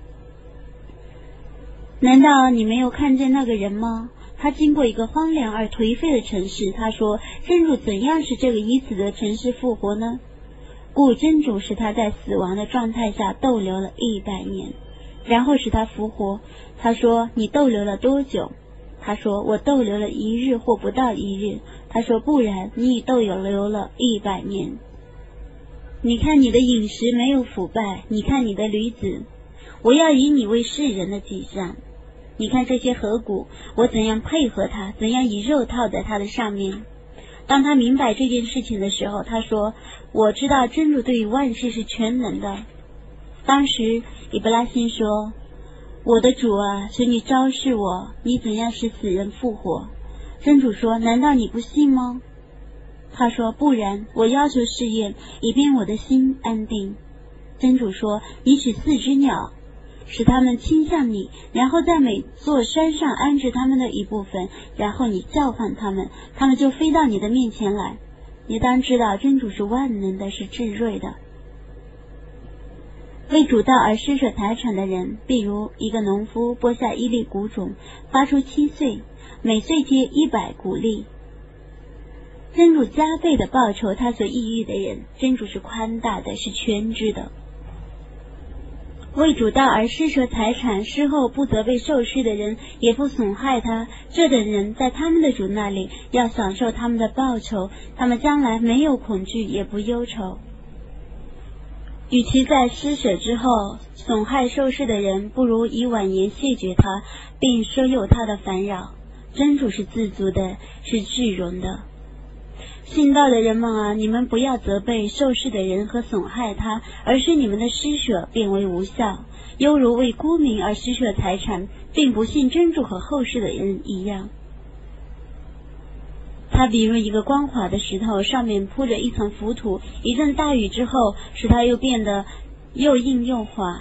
难道你没有看见那个人吗？他经过一个荒凉而颓废的城市，他说真主怎样使这个已死的城市复活呢？故真主使他在死亡的状态下逗留了一百年，然后使他复活。他说你逗留了多久？他说我逗留了一日或不到一日。他说不然，你已逗留了一百年。你看你的饮食没有腐败，你看你的驴子，我要以你为世人的迹象。你看这些河谷，我怎样配合它，怎样以肉套在它的上面。当他明白这件事情的时候，他说我知道真主对于万事是全能的。当时以布拉欣说，我的主啊，求你昭示我，你怎样使死人复活。真主说，难道你不信吗？他说不然，我要求试验，以便我的心安定。真主说，你使四只鸟，使它们倾向你，然后在每座山上安置它们的一部分，然后你叫唤它们，它们就飞到你的面前来。你当知道真主是万能的，是至睿的。为主道而施舍财产的人，比如一个农夫播下一粒谷种，发出七穗，每穗皆一百谷粒，真主加倍的报酬他所抑郁的人。真主是宽大的，是全知的。为主道而施舍财产，事后不责备受施的人，也不损害他，这等人在他们的主那里要享受他们的报酬，他们将来没有恐惧，也不忧愁。与其在施舍之后损害受施的人，不如以婉言谢绝他，并收诱他的烦扰。真主是自足的，是至荣的。信道的人们啊，你们不要责备受施的人和损害他，而是你们的施舍变为无效，犹如为孤民而施舍财产，并不信真主和后世的人一样。它比如一个光滑的石头，上面铺着一层浮土，一阵大雨之后，使它又变得又硬又滑。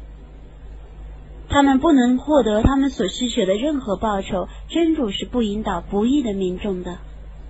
他们不能获得他们所施舍的任何报酬，真主是不引导不义的民众的。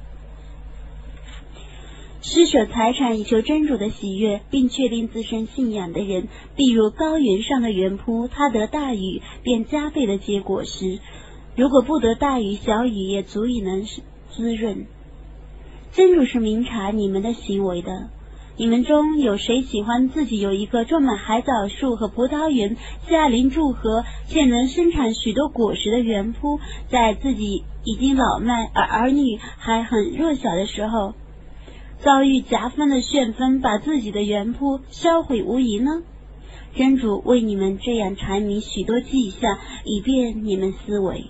施舍财产以求真主的喜悦，并确定自身信仰的人，比如高原上的园圃，他得大雨便加倍的结果实，如果不得大雨，小雨也足以能滋润。真主是明察你们的行为的。你们中有谁喜欢自己有一个种满海藻树和葡萄园，驾临注河，且能生产许多果实的园圃，在自己已经老迈而儿女还很弱小的时候，遭遇夹风的旋风，把自己的园圃销毁无疑呢？真主为你们这样阐明许多迹象，以便你们思维。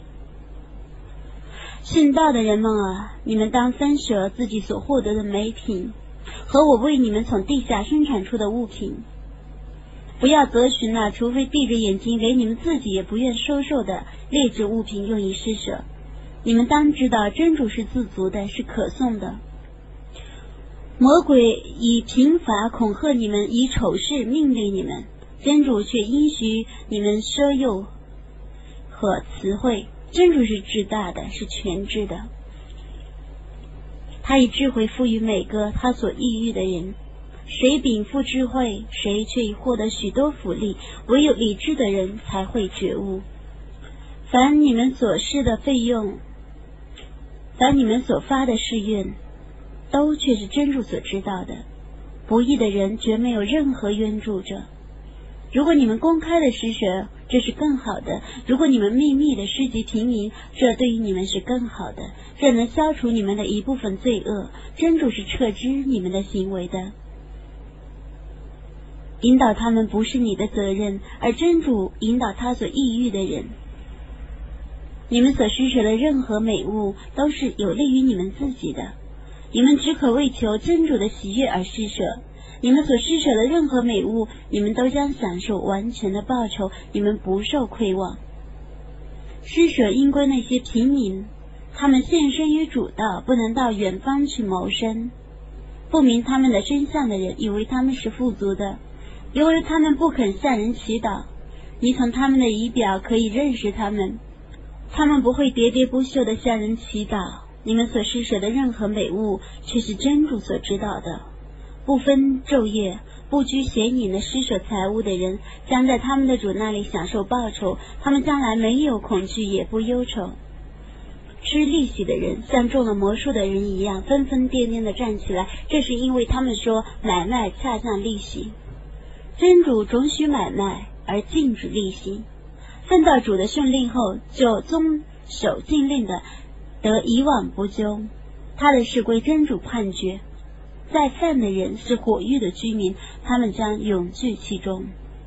信道的人们啊，你们当分舍自己所获得的美品和我为你们从地下生产出的物品，不要择寻那除非闭着眼睛连你们自己也不愿收受的劣质物品用以施舍。你们当知道真主是自足的，是可颂的。魔鬼以贫乏恐吓你们，以丑事命令你们，真主却应许你们奢诱和词汇。真主是至大的，是全知的。他以智慧赋予每个他所抑郁的人，谁禀赋智慧，谁却已获得许多福利，唯有理智的人才会觉悟。凡你们所施的费用，凡你们所发的誓愿，都却是真主所知道的。不义的人绝没有任何援助者。如果你们公开的施舍，这是更好的；如果你们秘密的施及平民，这对于你们是更好的。这能消除你们的一部分罪恶。真主是彻知你们的行为的。引导他们不是你的责任，而真主引导他所抑郁的人。你们所施舍的任何美物，都是有利于你们自己的。你们只可为求真主的喜悦而施舍。你们所施舍的任何美物，你们都将享受完全的报酬，你们不受亏望。施舍应归那些平民，他们献身于主道，不能到远方去谋生。不明他们的真相的人以为他们是富足的， 因为他们不肯向人祈祷。你从他们的仪表可以认识他们，他们不会喋喋不休地向人祈祷。你们所施舍的任何美物，却是真主所知道的。不分昼夜，不拘显影的施舍财物的人，将在他们的主那里享受报酬，他们将来没有恐惧，也不忧愁。吃利息的人像中了魔术的人一样，纷纷颠颠地站起来，这是因为他们说买卖恰像利息。真主准许买卖而禁止利息，奉到主的训令后就遵守禁令的，得以往不咎。他的事归真主判决，再犯的人是火狱的居民，他们将永居其中。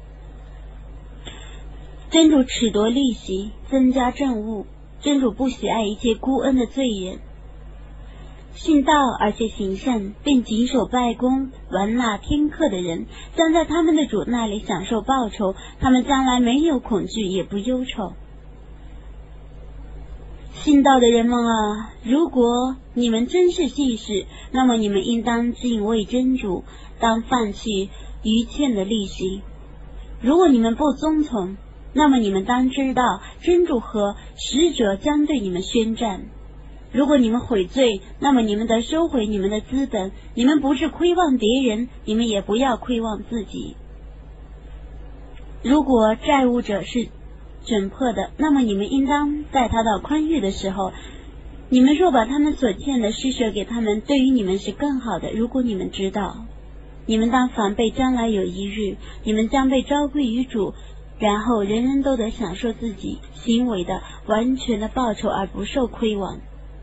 真主褫夺利息，增加政务。真主不喜爱一切孤恩的罪人。信道而且行善，并谨守拜功、玩纳天课的人，将在他们的主那里享受报酬，他们将来没有恐惧，也不忧愁。信道的人们啊，如果你们真是信士，那么你们应当敬畏真主，当放弃逾欠的利息。如果你们不遵从，那么你们当知道，真主和使者将对你们宣战。如果你们悔罪，那么你们得收回你们的资本，你们不是亏望别人，你们也不要亏望自己。如果债务者是窘迫的，那么你们应当带他到宽裕的时候，你们若把他们所欠的施舍给他们，对于你们是更好的。如果你们知道，你们当防备将来有一日，你们将被召归于主，然后人人都得享受自己行为的完全的报酬，而不受亏枉。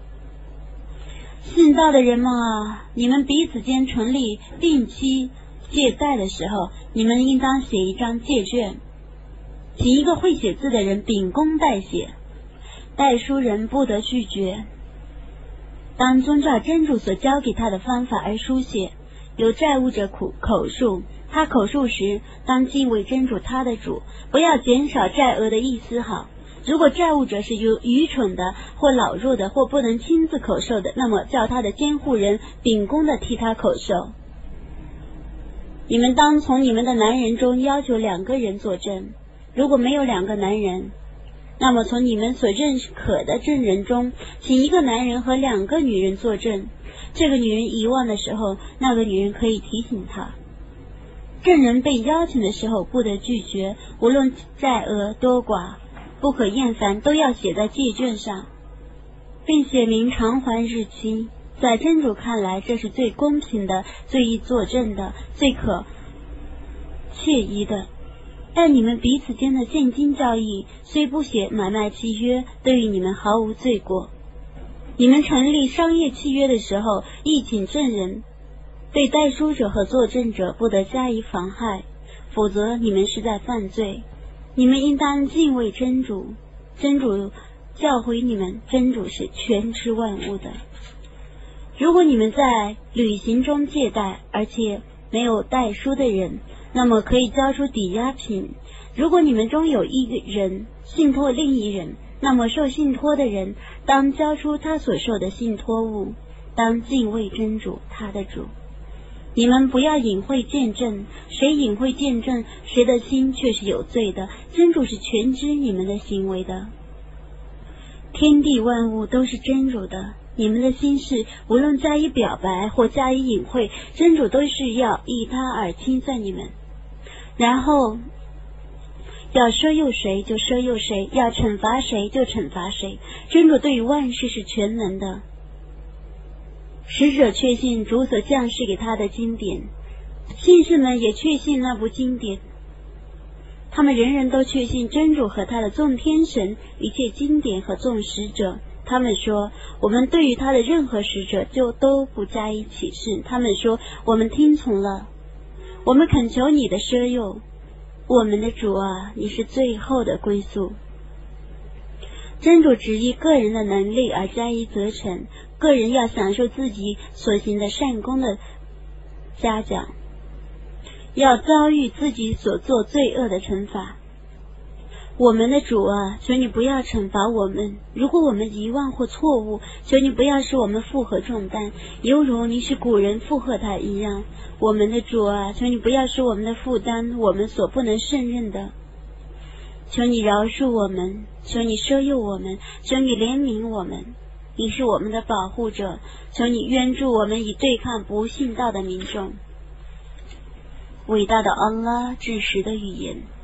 信道的人们啊，你们彼此间成立定期借贷的时候，你们应当写一张借券，请一个会写字的人秉公代写，代书人不得拒绝。当遵照真主所教给他的方法而书写，有债务者口口述，他口述时当敬畏真主他的主，不要减少债额的一丝毫。如果债务者是有愚蠢的或老弱的或不能亲自口授的，那么叫他的监护人秉公的替他口授。你们当从你们的男人中要求两个人作证，如果没有两个男人，那么从你们所认可的证人中请一个男人和两个女人作证。这个女人遗忘的时候，那个女人可以提醒她。证人被邀请的时候不得拒绝，无论债额多寡，不可厌烦，都要写在借券上，并写明偿还日期。在真主看来，这是最公平的、最易作证的、最可惬意的。但你们彼此间的现金交易虽不写买卖契约，对于你们毫无罪过。你们成立商业契约的时候，亦请证人，对代书者和作证者不得加以妨害，否则你们是在犯罪。你们应当敬畏真主，真主教诲你们，真主是全知万物的。如果你们在旅行中借贷，而且没有代书的人，那么可以交出抵押品。如果你们中有一个人信托另一人，那么受信托的人当交出他所受的信托物，当敬畏真主他的主。你们不要隐晦见证，谁隐晦见证，谁的心却是有罪的。真主是全知你们的行为的。天地万物都是真主的，你们的心事无论加以表白或加以隐晦，真主都是要依他而清算你们。然后要赦宥谁就赦宥谁，要惩罚谁就惩罚谁。真主对于万事是全能的。使者确信主所降示给他的经典，信士们也确信那部经典。他们人人都确信真主和他的众天神，一切经典和众使者。他们说，我们对于他的任何使者就都不加以启示。他们说，我们听从了，我们恳求你的赦宥，我们的主啊，你是最后的归宿。真主只依个人的能力而加以责惩，个人要享受自己所行的善功的嘉奖，要遭遇自己所做罪恶的惩罚。 我们的主啊，求你不要惩罚我们，如果我们遗忘或错误，求你不要使我们负荷重担，犹如你使古人负荷它一样。我们的主啊，求你不要使我们的负担我们所不能胜任的。求你饶恕我们，求你赦宥我们，求你怜悯我们，你是我们的保护者，求你援助我们以对抗不信道的民众。伟大的安拉，至实的语言。